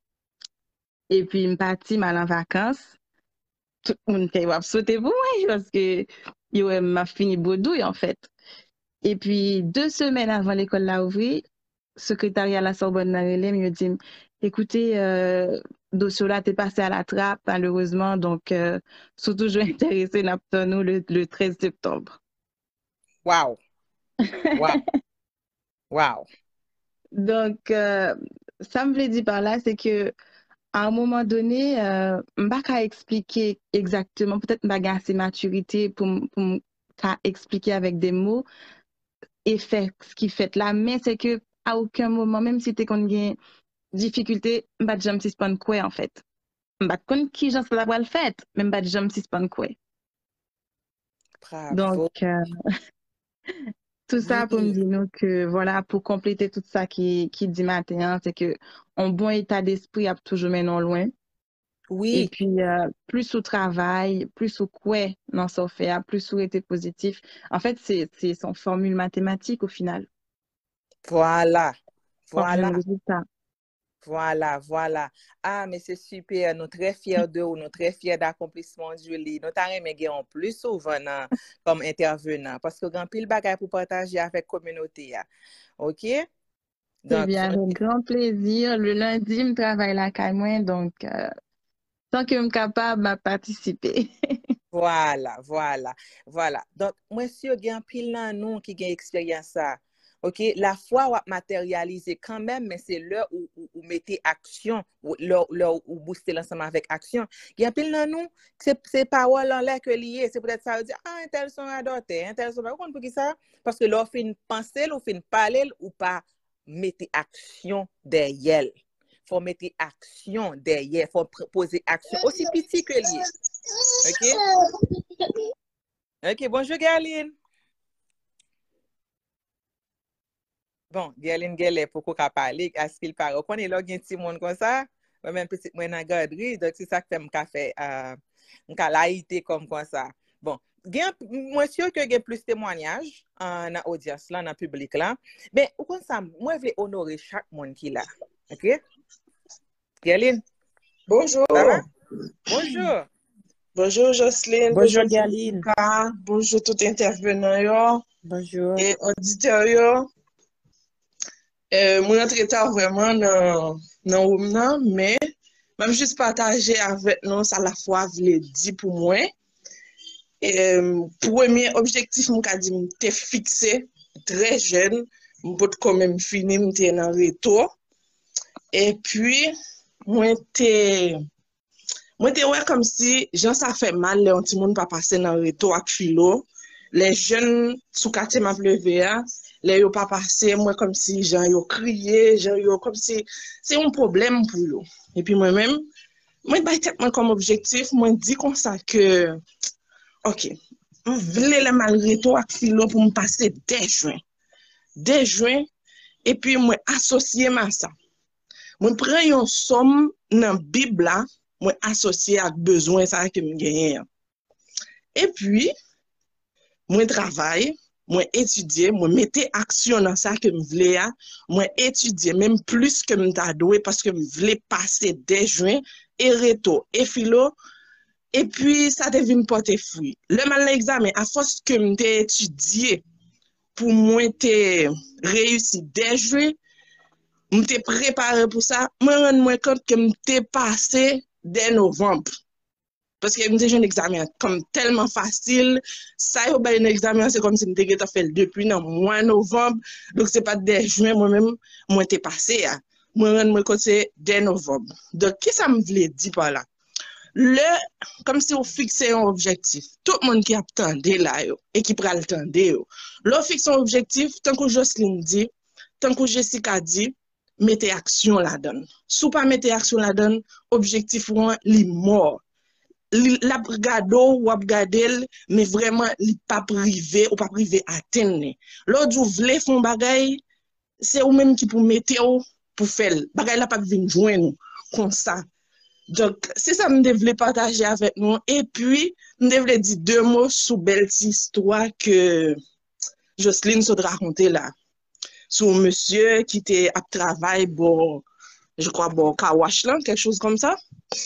Et puis, je suis partie mal en vacances. Tout le monde a sauté pour moi parce que je m'a fini bredouille, en fait. Et puis, deux semaines avant l'école l'a ouvert, secrétariat à la Sorbonne Narelem, il me dit, écoutez, euh, dossier là, t'es passé à la trappe, malheureusement, donc, euh, surtout, je vais intéresser nous le, le treize septembre. Wow. Wow. Wow. Donc, euh, ça me voulait dire par là, c'est que, à un moment donné, euh, je ne peux pas expliquer exactement, peut-être que je n'ai assez de maturité pour, pour expliquer avec des mots, et faire ce qui fait là, mais c'est que à aucun moment, même si tu as une difficulté, je ne jamais suspendre quoi en fait. Je ne sais pas qui j'en sais pas le fait, mais je ne jamais suspendre quoi. Bravo. Donc, euh, tout ça Oui. pour me dire nous, que voilà, pour compléter tout ça qui, qui dit matin, c'est que un bon état d'esprit a toujours mené loin. Oui. Et puis, euh, plus au travail, plus au quoi dans son fait, plus au été positif. En fait, c'est son formule mathématique au final. Voilà. Voilà. Formule résultat. Voilà, voilà. Ah, mais c'est super. Nous sommes très fiers de vous. Nous sommes très fiers d'accomplissement de Julie. Nous t'avons aimé en plus souvent comme intervenant parce que grand pile bagay pour partager avec la communauté. OK? Donc, eh bien, avec grand plaisir. Le lundi, je travaille la caille, donc euh, tant que je suis capable de participer. Voilà, voilà, voilà. Donc, monsieur, il y a un pile dans nous qui a expérience ça. OK, la foi va matérialiser quand même, mais c'est l'heure où vous mettez action, l'heure où vous boostez l'ensemble avec action. Il y a pile dans nous, c'est paroles en l'air que lié, c'est peut-être ça, vous dire, ah, un tel son adopté, un tel son, vous comprenez pour qui ça? Parce que l'on fait une pensée, l'on fait une parler, ou pas mettez action derrière. Il faut mettre action derrière, il faut poser action, aussi petit que lié. OK? OK, bonjour Galine. Bon, Galine Gelé, pour qu'on parle, à ce qu'il parle. On est là, il y a un petit monde comme ça. Moi-même, petit, moi, dans la garderie, donc c'est ça que je fais, euh, je laïté comme ça. Bon, moi, je suis que j'ai plus de témoignages dans l'audience, là, dans le public, là. Mais, au comme ça, moi, je veux honorer chaque monde qui est là. OK? Galine? Bonjour. Ça va? Bonjour. Bonjour Jocelyne. Bonjour Galine. Bonjour tout intervenant. Bonjour. Et auditeur. Euh, moi, je traite vraiment dans le room, mais même juste partager avec nous, ça la fois voulait dire pour moi. Et, premier objectif, je dit, j'étais fixé très jeune, je peux quand même finir, j'étais dans le retour. Et puis, moi, j'étais Moi, je ouais comme si, gens, ça fait mal, les petits monde pas passer dans le retour avec philo. Les jeunes, sous quartier m'a levé, les yo pas passé, moi, comme si, gens, yo crié, gens, yo, comme si, c'est un problème pour eux. Et puis, moi-même, moi, je comme objectif, moi, dis comme ça que, ok, je voulais le mal retour avec philo pour me passer dès juin. Dès juin, et puis, moi, associé à ça. Moi, prends une somme dans la Bible, moi associé à besoin ça que me gagne. Et puis moi travaille, moi étudier, moi mettre action dans ça que me voulais, moi étudier même plus que me t'a doué parce que me voulais passer dès juin et réto et philo et puis ça devient porter fruit. Le mal l'examen à force que me t'ai étudié pour moi t'ai réussi dès juin, me t'ai préparé pour ça, moi rendre moi compte que me t'ai passé dès novembre. Parce que j'ai un examen comme tellement facile. Ça, y a un examen, c'est comme si je t'ai fait depuis le mois de novembre. Donc, ce n'est pas dès juin, moi-même, moi, t'ai passé. Moi, je me compte dès novembre. Donc, qu'est-ce que ça me voulait dire par là? Le, comme si on fixait un objectif. Tout le monde qui a tendé là, yo, et qui prend le tendre, yo. L'on fixe un objectif, tant que Jocelyne dit, tant que Jessica dit, mettez action là-dedans. Si pas mettez action là-dedans, objectif ou li mort. Li, la gado ou ap gadel, mais vraiment, li pas privé ou pas privé atteindre. L'autre ou vle font bagay, c'est ou même qui pour mettre pour faire. Bagay la pas venir joindre comme ça. Donc, c'est ça que je voulais partager avec nous. Et puis, je voulais dire deux mots sur belle histoire que Jocelyne se raconter là. Sur monsieur qui était à travail, bon, je crois, bon, Kawash là, quelque chose comme ça.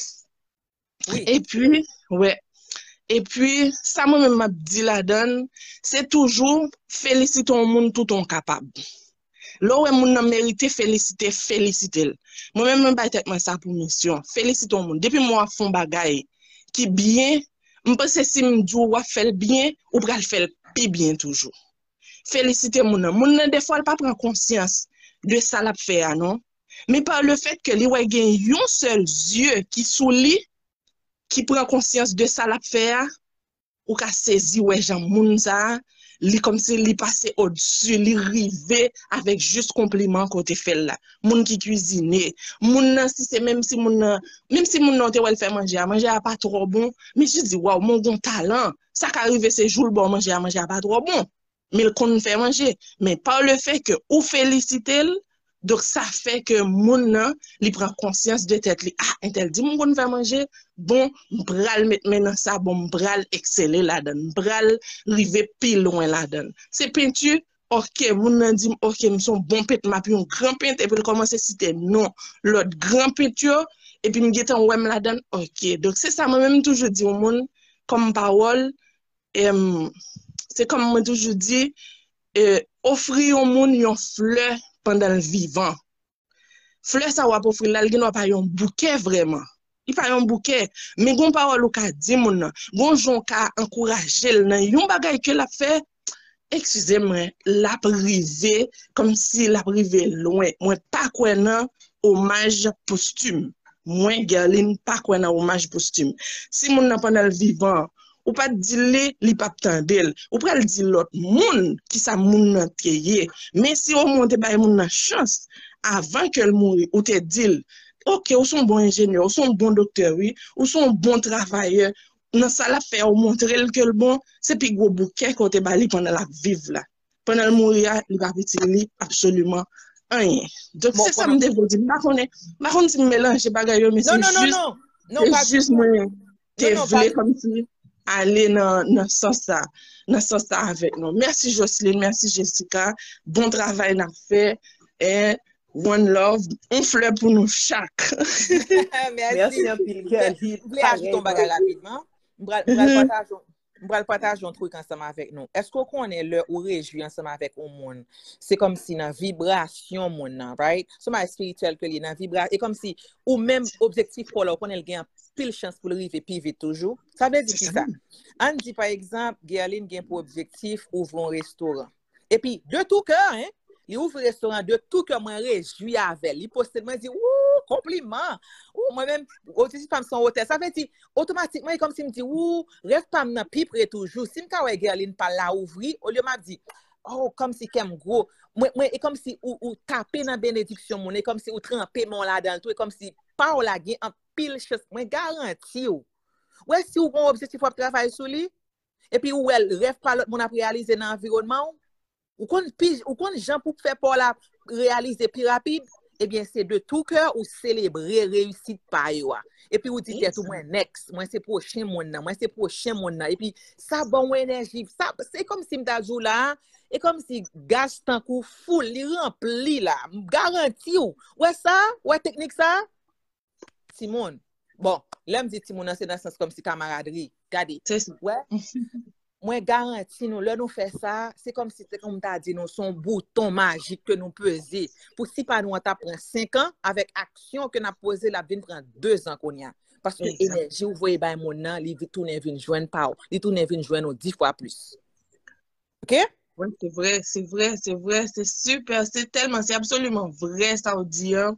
Oui. Et puis, ouais. Et puis, ça moi-même m'a dit la donne, c'est toujours féliciter au monde tout on capable. Là où moun nan mérité féliciter, féliciter. Moi-même, je vais être ça pour mission. Féliciter au monde. Depuis moi, font bagay qui bien, je pense que si je dis ou fait bien, ou pral faire plus bien toujours. Féliciter moun nan. Moun nan, des fois, pas prendre conscience de ça la faire, non? Mais par le fait que li wè gen yon seul yeux qui sous li, qui prend conscience de ça la faire, ou ka saisi wè jan moun sa, li comme si li passé au-dessus, li rivé avec juste compliment côté fait là. Moun qui cuisine, moun nan si c'est même si moun nan, même si moun nan te wèl faire manger, manger a pas trop bon, mais je dis waouh, mon bon talent, ça qu'arrive ces jours bon manger a manger a pas trop bon, mais le qu'on fait manger, mais par le fait que ou féliciter, donc ça fait que moun nan li prend conscience de tête li, ah intel dit mon qu'on fait manger, bon m'bral mettre maintenant ça, bon m'bral exceller là-dedans, m'bral river pile loin là-dedans. C'est peinture, ok, moun nan dit ok, m'son bon peintre, m'a puis un grand peintre et puis commencer citer non, l'autre grand peinture et puis m'getan ouem là-dedans, ok. Donc c'est ça moi même toujours dit au monde comme parole, et c'est comme moi toujours dit, euh, offrir au monde une fleur pendant le vivant. Fleur ça va offrir là, il n'y a pas un bouquet vraiment. Il pas un bouquet, mais gon parole ou ka di moun nan, gon jon ka encourager nan yon bagay que la fait, excusez-moi, la privé comme si la privé loin. Moi pas quoi nan hommage posthume. Moi Gerline pas quoi nan hommage posthume. Si moun nan pendant le vivant ou pas di li, li pa tendel, ou pral di l'autre moun qui sa moun nan teye, mais si au moins te bay moun nan chance avant qu'elle mourir ou te dit ok, ou son bon ingénieur, ou son bon docteur, oui, ou son bon travailleur, dans ça la fait ou montrer que le bon, c'est puis gros bouquet qu'on te bali pendant la vive là. Pendant le mourir, il va petit absolument rien. Donc bon, c'est ça me devait dire, pas connait, pas connait si mélanger bagaille mais c'est juste non non non, non pas juste moi te voulais comme si aller dans dans sens ça, dans sens ça avec nous. Merci Jocelyne, merci Jessica, bon travail n'a fait et one love, on fleur pour nous chaque. Merci. Merci un pile. Je voulais ajouter ton bagage rapidement. Je vais partager un truc ensemble avec nous. Est-ce qu'on connaît l'heure où réjouir ensemble avec le monde? C'est comme si dans la vibration, mon right? C'est ma spirituel que dans la vibration. Et comme si, ou même objectif pour leur connaît le gain pile chance pour le river puis vite toujours. Ça veut dire ça. On dit par exemple, Gerline gain pour objectif ouvrir un restaurant. Et puis, de tout cœur, hein? Il ouvre un restaurant de tout cœur, moi réjouis avec. Il poste, moi dit, ouh, compliment. Ouh, moi-même, aussi, femme son hôtel. Ça veut dire, automatiquement, comme si me dit, ouh, reste pas maintenant, puis près toujours. Si je suis Gerline par là ouvrir, au lieu de dire, oh, comme si qu'aime gros. Moi, moi, et comme si, ou, ou taper dans la bénédiction, mon, et comme si, ou tremper mon là-dedans, tout, et comme si, pas ou la gain en pile chose. Moi, garantis, ou. Ouais, si ou bon objectif, faut travailler sur lui, et puis, ou elle rêve pas l'autre, mon a réalisé dans l'environnement, ou qu'on ou qu'on gens pour faire pour la réaliser plus rapide, eh bien c'est de tout cœur ou célébrer réussite par yo. Et puis ou dit tout moi next, moi c'est prochain monde moi c'est prochain monde et puis ça bon énergie, ça c'est comme si m'ta jou là et comme si gaz tant coup full, li rempli là, garanti ou. Ouais ça, ouais technique ça. Simone. Bon, là me dit Simone c'est dans le sens comme si camaraderie. Regardez. Ouais. Moi, garantis nous, là, nous fait ça, c'est comme si, comme tu as dit, nous, son bouton magique que nous pesons. Pour si pas nous, on prend cinq ans, avec action que nous avons posé, la vie prend deux ans qu'on y a. Parce que l'énergie, vous voyez, ben, mon nom, il tourne vient joindre pas, il tourne vient joindre dix fois plus. OK? Oui, c'est vrai, c'est vrai, c'est vrai, c'est super, c'est tellement, c'est absolument vrai, ça, on dit. Hein.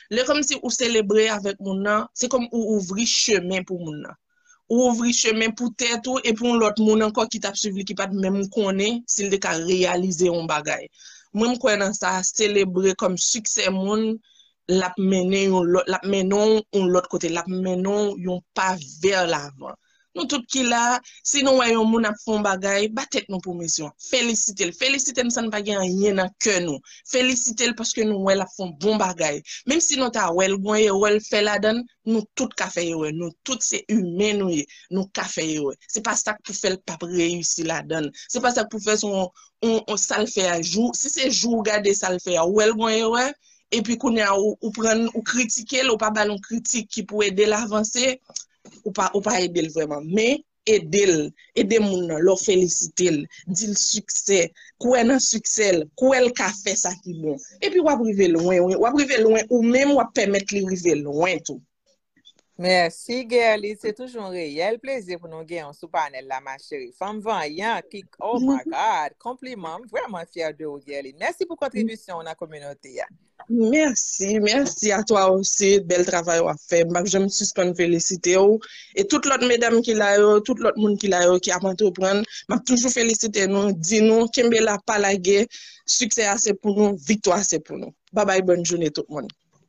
Le comme si ou célébrer avec moun nan, c'est comme ou ouvrir chemin pour moun nan. Ou ouvrir chemin pour tête ou et pour l'autre moun encore qui t'a suivi qui pas même connaît s'il de ka réaliser un bagay. Moi me crois dans ça célébrer comme succès moun l'a mener l'a menon on l'autre côté l'a menon yon pas vers l'avant. Nous tout qui là, si nous voyons moun ap font bagay, ba tête nous pour mission. Féliciter, féliciter nous ça ne pas gen rien dans cœur nous. Féliciter parce que nous ouais la font bon bagay. Même si nous ta well bon et well fait la donne, nous tout ka fait ouais, nous tout c'est humain nous nous ka fait ouais. C'est pas ça pour faire pas réussir la donne. C'est pas ça pour faire son on on ça le fait à jour. Si c'est jour garder ça le fait well bon et ouais et puis qu'on a ou, ou prendre ou critiquer ou pas ballon critique qui pour aider l'avancer. Ou pas ou pas aider vraiment mais aider aider moun nan leur féliciter dire succès quoi nan succès quoi elle ka fait ça qui bon et puis ou arriver loin ou arriver loin ou même ou permettre lui arriver loin tout. Merci, Gerly. C'est toujours un réel plaisir pour nous gagner sous panel là, ma chérie. Femme vaillant, qui, oh my God, compliment. Vraiment fière de vous, Gerly. Merci pour votre contribution dans la communauté. Merci, merci à toi aussi. Bel travail à faire. Je me suspends féliciter et toutes l'autre mesdames qui l'a eu, tout l'autre monde qui l'a eu, qui a entreprendre. M'a toujours félicité nous, dis nous, Kembe la pas la guerre, succès c'est pour nous, victoire c'est pour nous. Bye bye, bonne journée tout le monde.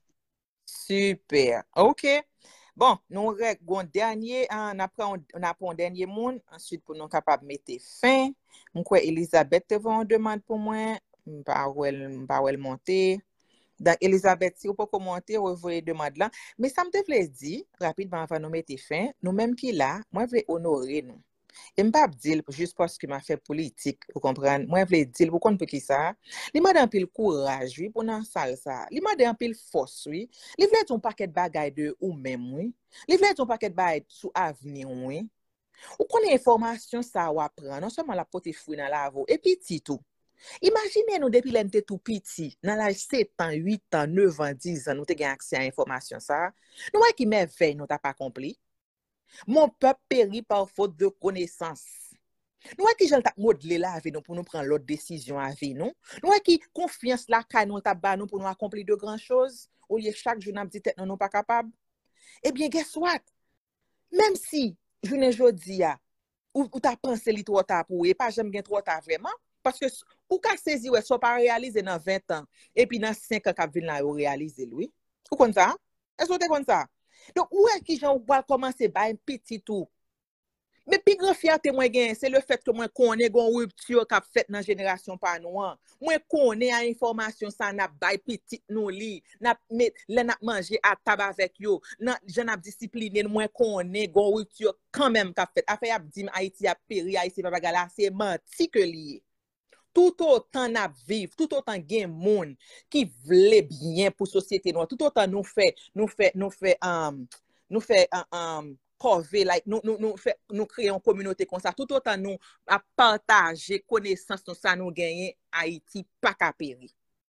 Super. OK. Bon, nous avons un dernier, on apprend un dernier monde, ensuite pour nous capables de mettre fin. Je crois Elisabeth te une demande pour moi, je ne vais pas monter. Donc, Elisabeth, si vous pouvez commenter, vous voyez demande là. Mais ça me devait dire, rapidement avant de nous mettre fin, nous-mêmes qui là, moi, je veux honorer nous. Et je ne pas dire juste parce que m'a fait politique, vous comprenez? Moi, je veux dire, vous comprenez pour qui ça? Il m'a donné un peu courage, oui, pour dans ça, ça. Il m'a donné un peu force, oui. Il voulait un paquet de bagages de ou même, oui. Il voulait un paquet de bagages sur avenir, oui. Ou qu'on ait information, ça ou apprendre, non seulement la pote fouille dans la voie, et puis tout. Imaginez nous depuis l'ente tout petit, dans l'âge sept ans, huit ans, neuf ans, dix ans, nous avons accès à l'information, ça. Nous voyons qui merveille, nous n'avons pas accompli. Mon peuple périt par faute de connaissance. Nous voyons qui j'en t'a modelé là avec nous pour nous prendre l'autre décision avec nous. Nous voyons qui confiance là quand nous t'a nous pour nous accomplir de grandes choses. Au lieu chaque jour nous dit tête nous pas capable. Eh bien, guess what? Même si je ne jodi a ou ou t'a pensé li trop tard pour et pas j'aime bien trop tard vraiment parce que ou ka saisi ouais soit pas réaliser dans vingt ans et puis dans cinq ans qu'a vinn là réaliser lui. Ou comme ça? Est-ce que tu comme ça? Donc, où est-ce que j'en va commencer par un petit tout? Mais plus grand fierté moi gain, c'est le fait que moi connais gon rupture qu'a fait dans génération par nous. Moi connais à information ça n'a bay petit nous li, n'a met le n'a manger à table avec yo, n'a j'en a discipliné moi connais gon rupture quand même qu'a fait. Affaire a dit Haïti a péri, Haïti pas bagala, c'est menti que lié. Tout autant n'a vivre, tout autant gen monde qui vle bien pour société noire, tout autant nous fait nous fait nous fait um, nous fait um, cover like nous nous nous fait nous créer une communauté comme ça, tout autant nous à partager connaissance nous ça nous gagner Haïti pas ka péri.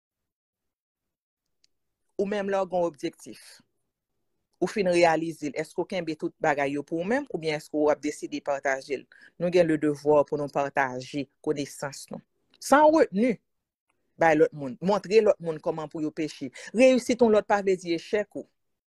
Ou même là gon objectif. Ou fin réaliser, est-ce qu'on kembe tout bagay yo pour ou même ou bien est-ce qu'on a décidé partager? Nous avons le devoir pour nous partager connaissance nous. Sans retenue, bah l'autre monde, montrer l'autre monde comment pour yo pécher. Réussir ton l'autre pas veut dire échec ou.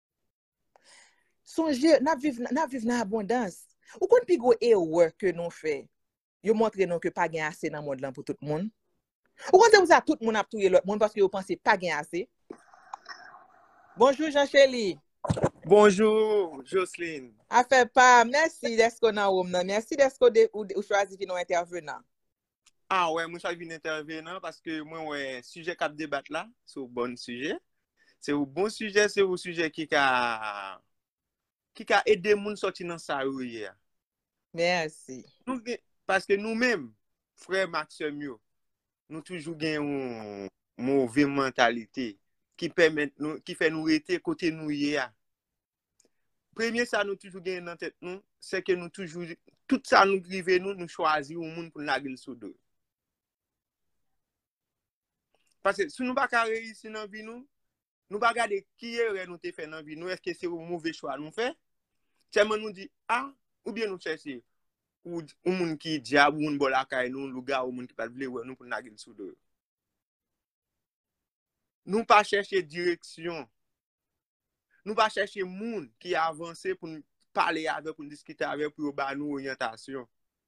Songez, n'a vivre n'a vivre dans abondance. Ou kon pi go erreur que nous fait. Yo montrer non que pas gain assez dans monde là pour tout le monde. Ou kon c'est ça tout le monde a touyer l'autre monde parce que yo pense pas gain assez. Bonjour Jean-Chély. Bonjour Jocelyne. A fait pas, merci d'être dans room nan. Merci d'être ou, ou choisi nous intervenant. Ah ouais, moi je viens intervenant parce que moi ouais, sujet qu'a débattre là, c'est un bon sujet. C'est un bon sujet, c'est un sujet qui a qui a aidé moun sortir dans ça hier. Merci. Nous, parce que nous-mêmes, frère Maxime yo, nous toujours gagnons une mauvaise mentalité qui permet nous qui fait nous rester côté nous hier. Premier ça nous toujours gagne dans tête nous, c'est que nous toujours tout ça nous privé nous nous choisir un monde pour nagel sous deux. Parce que si nous pas réussir dans vie nous, nous pas regarder qui est nous te fait dans vie nous, est-ce que c'est un mauvais choix nous fait? Seulement nous dit ah ou bien nous chercher ou un monde qui diable ou un bon la caille nous, le gars ou monde qui pas vouloir nous pour nagel sous deux. Nous pas chercher direction. nous pas chercher moun qui a avancé pour nous parler avec, pour nous discuter avec, pour nous nous orientation.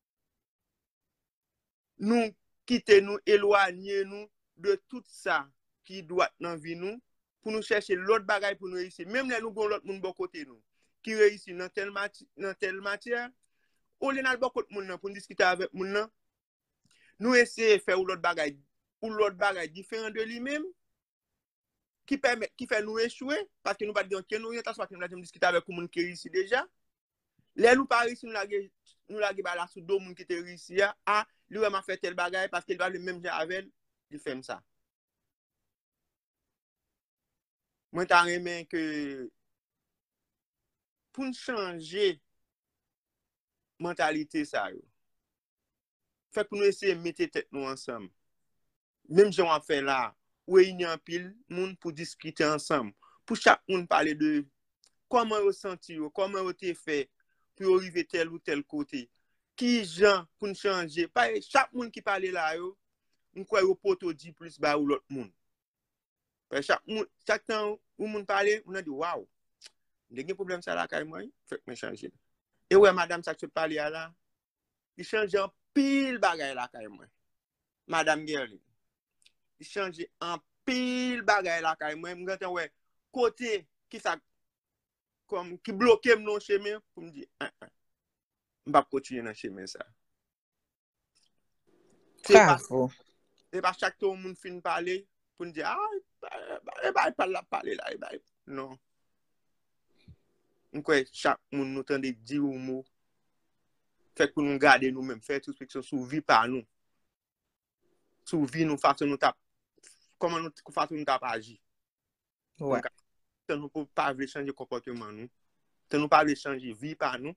Nous quitter nous, éloigner nous de tout ça qui doit dans vie nous, pour nous chercher l'autre bagaille pour nous réussir. Même les nous avons l'autre monde bon côté nous, qui réussit dans telle matière, dans telle matière, ou les n'a bon côté monde pour nous discuter avec moun, nous essayer de faire l'autre bagaille, ou l'autre bagaille différent de lui-même, qui permet, qui fait nous échouer, parce que nous pas dire que orientation, parce que nous avons discuté avec les gens qui réussit déjà. Les nous pas réussi, nous l'avons nous l'avons là sous deux monde qui te réussi à lui m'a fait tel bagaille parce qu'il va le même genre avec il fait ça. Moi t'as remarqué que pour changer mentalité ça yo. Fait pour nous essayer de mettre tête nous ensemble. Même si on fait là, réunir en pile monde pour discuter ensemble, pour chaque monde parler de comment on senti, comment on te fait pour arriver tel ou tel côté. Qui gens pour nous changer, pas chaque monde qui parle là yo, on croit au poto dit plus bas ou l'autre monde. Chaque monde chaque temps où monde parler, on a dit waouh. Il y a un problème ça là quand moi, fait me changer. Et ouais madame ça que parler là, il change en pile bagaille là quand moi. Madame Gerlin. Il change en pile bagaille là quand moi, m'entend ouais côté qui ça comme qui bloque mon chemin pour me dire hein, hein. Je ne vais pas continuer dans le chemin ça. Bravo. C'est pas chaque temps monde fin parler pour me dire ah il va pas parler là non. On croit chaque monde nous tente dire un mot fait pour nous garder nous-mêmes faire toute réflexion sur vie par nous. Sur vie nous façon nous tap comment nous façon nous tap agir. Ouais. Nous ne pouvons pas changer comportement nous. Nous pas changer vie par nous.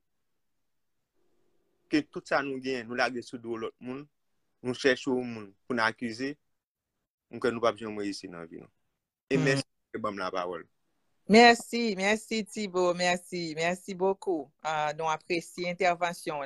Que tout ça nous gagne, nous laguer sous l'autre monde, nous cherchons au monde pour nous accuser, nous ne pouvons pas jamais ici dans la vie. Et merci pour la parole. Merci, merci Thibaut, merci, merci beaucoup. Uh, nous apprécions l'intervention.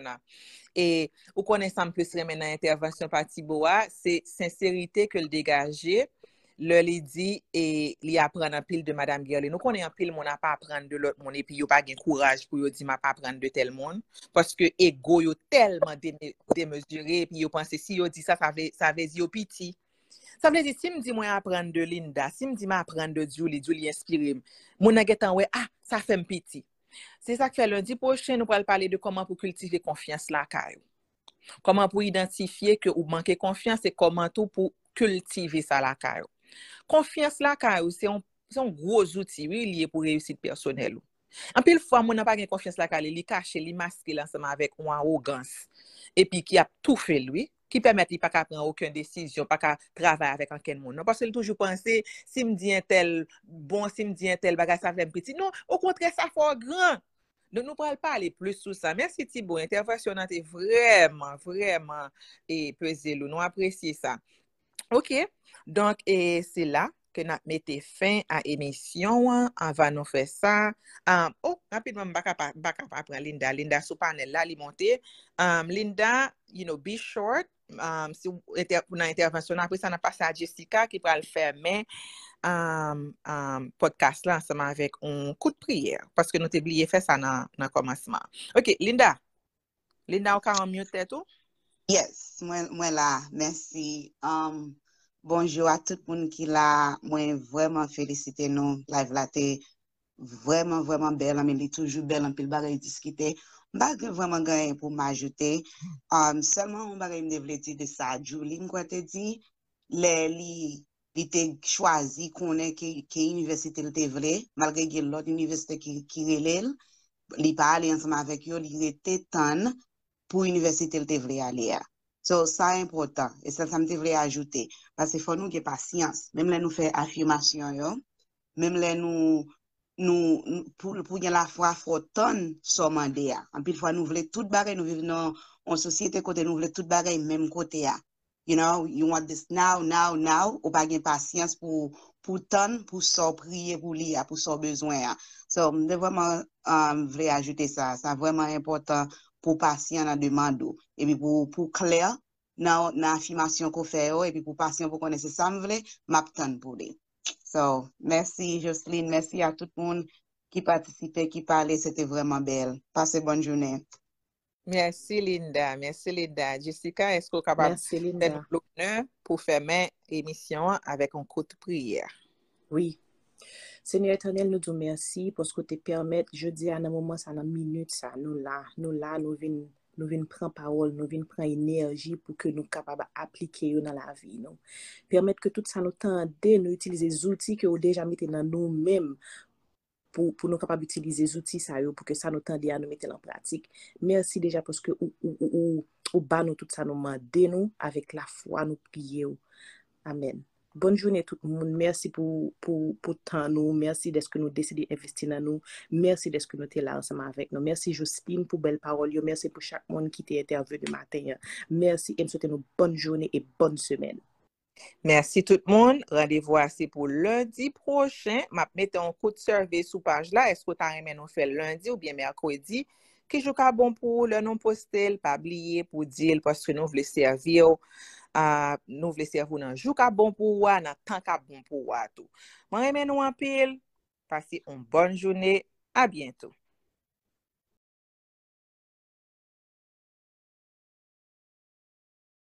Et vous connaissez un peu maintenant l'intervention par Thibaut, c'est sincérité que le dégager. Le li dit et li apprend en pile de Madame Gerlin. Nous connaissons en pile mon n'a pas apprendre de l'autre monde et puis yo pas gen courage pour yo dire m'a pas apprendre de tel monde parce que ego yo tellement démesuré puis yo pense si yo dit ça ça veut ça veut dire yo petit. Ça veut dire si me dit moi apprendre de Linda, si me dit m'a apprendre de Julie, Julie inspire mon n'a getan ouais ah ça fait me petit. C'est ça que fait lundi prochain nous allons parler de comment pour cultiver confiance là caillou. Comment pour identifier que ou manquer confiance et comment tout pour cultiver ça là caillou. Confiance là c'est un c'est un gros outil oui lié pour réussite personnelle. En pile fois mon n'a pas confiance là li caché li masqué ensemble avec une arrogance et puis qui a tout fait lui qui permet il pas qu'à prendre aucune décision pas qu'à travailler avec aucun monde parce qu'il toujours penser si me dit un tel bon si me dit un tel bagage ça fait petit non au contraire ça fait grand. Donc nous pourrons parler plus sur ça. Merci Thibaut, intervention est vraiment vraiment et pesé nous apprécier ça. OK. Donc, et c'est là que nous mettons fin à l'émission. On va nous faire ça. Um, oh, rapidement, je vais apprendre Linda. Linda, sous panel là, li monte. Um, Linda, you know, be short. Um, si vous avez une intervention, après ça, on a passé à Jessica qui va le faire, mais um, um, podcast là, ensemble avec un coup de prière. Parce que nous t'ai oublié faire ça dans le commencement. OK, Linda. Linda, on peut en mute tout? Yes, moi, moi là, merci. Um, bonjour à tout le monde qui là. Moi, vraiment féliciter nous. Live là, t'es vraiment, vraiment belle. Mais il est toujours belle, en pile bagay discuter. Bah, vraiment gagné pour m'ajouter. Um, seulement, on va me dire de ça. Julie, quoi te dit, les li, li te choisi qu'on est qui université le te vrai, malgré que l'autre université qui qui relève, li pas aller ensemble avec eux, li était tan pour université le te vrai aller. So, ça est important. Et ça, ça me devrait ajouter. Parce qu'il faut nous avoir patience. Même là, nous faire affirmation, yo. Même là, nous, nous, pour, pour y la foi, faut ton sommandé. En plus, fois, nous voulons tout bagay, nous vivons dans une société côté, nous voulons tout bagay, même côté. You know, you want this now, now, now. Ou pas de patience pour, pour ton, pour so prier, pour lire, pour so besoin. So, je vraiment, um, voulais ajouter ça. C'est vraiment important. Pour patient dans demande et puis pour pour clair dans dans affirmation qu'on fait et puis pour patient pour connaître ça me veut m'attendre pour lui. So merci Jocelyne, merci à tout le monde qui participait, qui parlait, c'était vraiment belle. Passez bonne journée. Merci Linda, merci Linda. Jessica, est-ce que vous êtes capable Merci, de Linda. faire l'honneur pour fermer l'émission avec un coup de prière? Oui. Seigneur éternel, nous te merci pour ce que tu permets. Je dis à un moment, ça, dans minute, ça, nous là, nous là, nous venons nous venons prendre parole, nous venons prendre énergie pour que nous capables d'appliquer dans la vie. Nous. Permettre que tout ça nous tende, nous utiliser les outils que nous déjà mis dans nous-mêmes pour, pour nous capables d'utiliser les outils ça, pour que ça nous tende à nous mettre en pratique. Merci déjà parce que ou, ou, ou, ou bas nous tout ça nous demander nous avec la foi nous prier. Amen. Bonne journée tout le monde. Merci pour pour pour temps nous. Merci de ce que nous décidons d'investir dans nous. Merci de ce que nous sommes là ensemble avec nous. Merci Jocelyne pour belle parole. Merci pour chaque monde qui t'est intervenu matin. Merci et nous souhaitons une bonne journée et bonne semaine. Merci tout le monde. Rendez-vous assez pour lundi prochain. Je mets un coup de survey sous page là. Est-ce que tu as aimé nous faire lundi ou bien mercredi? Qui joue bon pour le nom postel, pas oublier pour dire parce que nous voulons servir. Uh, nous voulons servir dans jour ka bon pour wa, dans temps ka bon pour wa tout. Moi remercie nous en pile. Passez une bonne journée. À bientôt.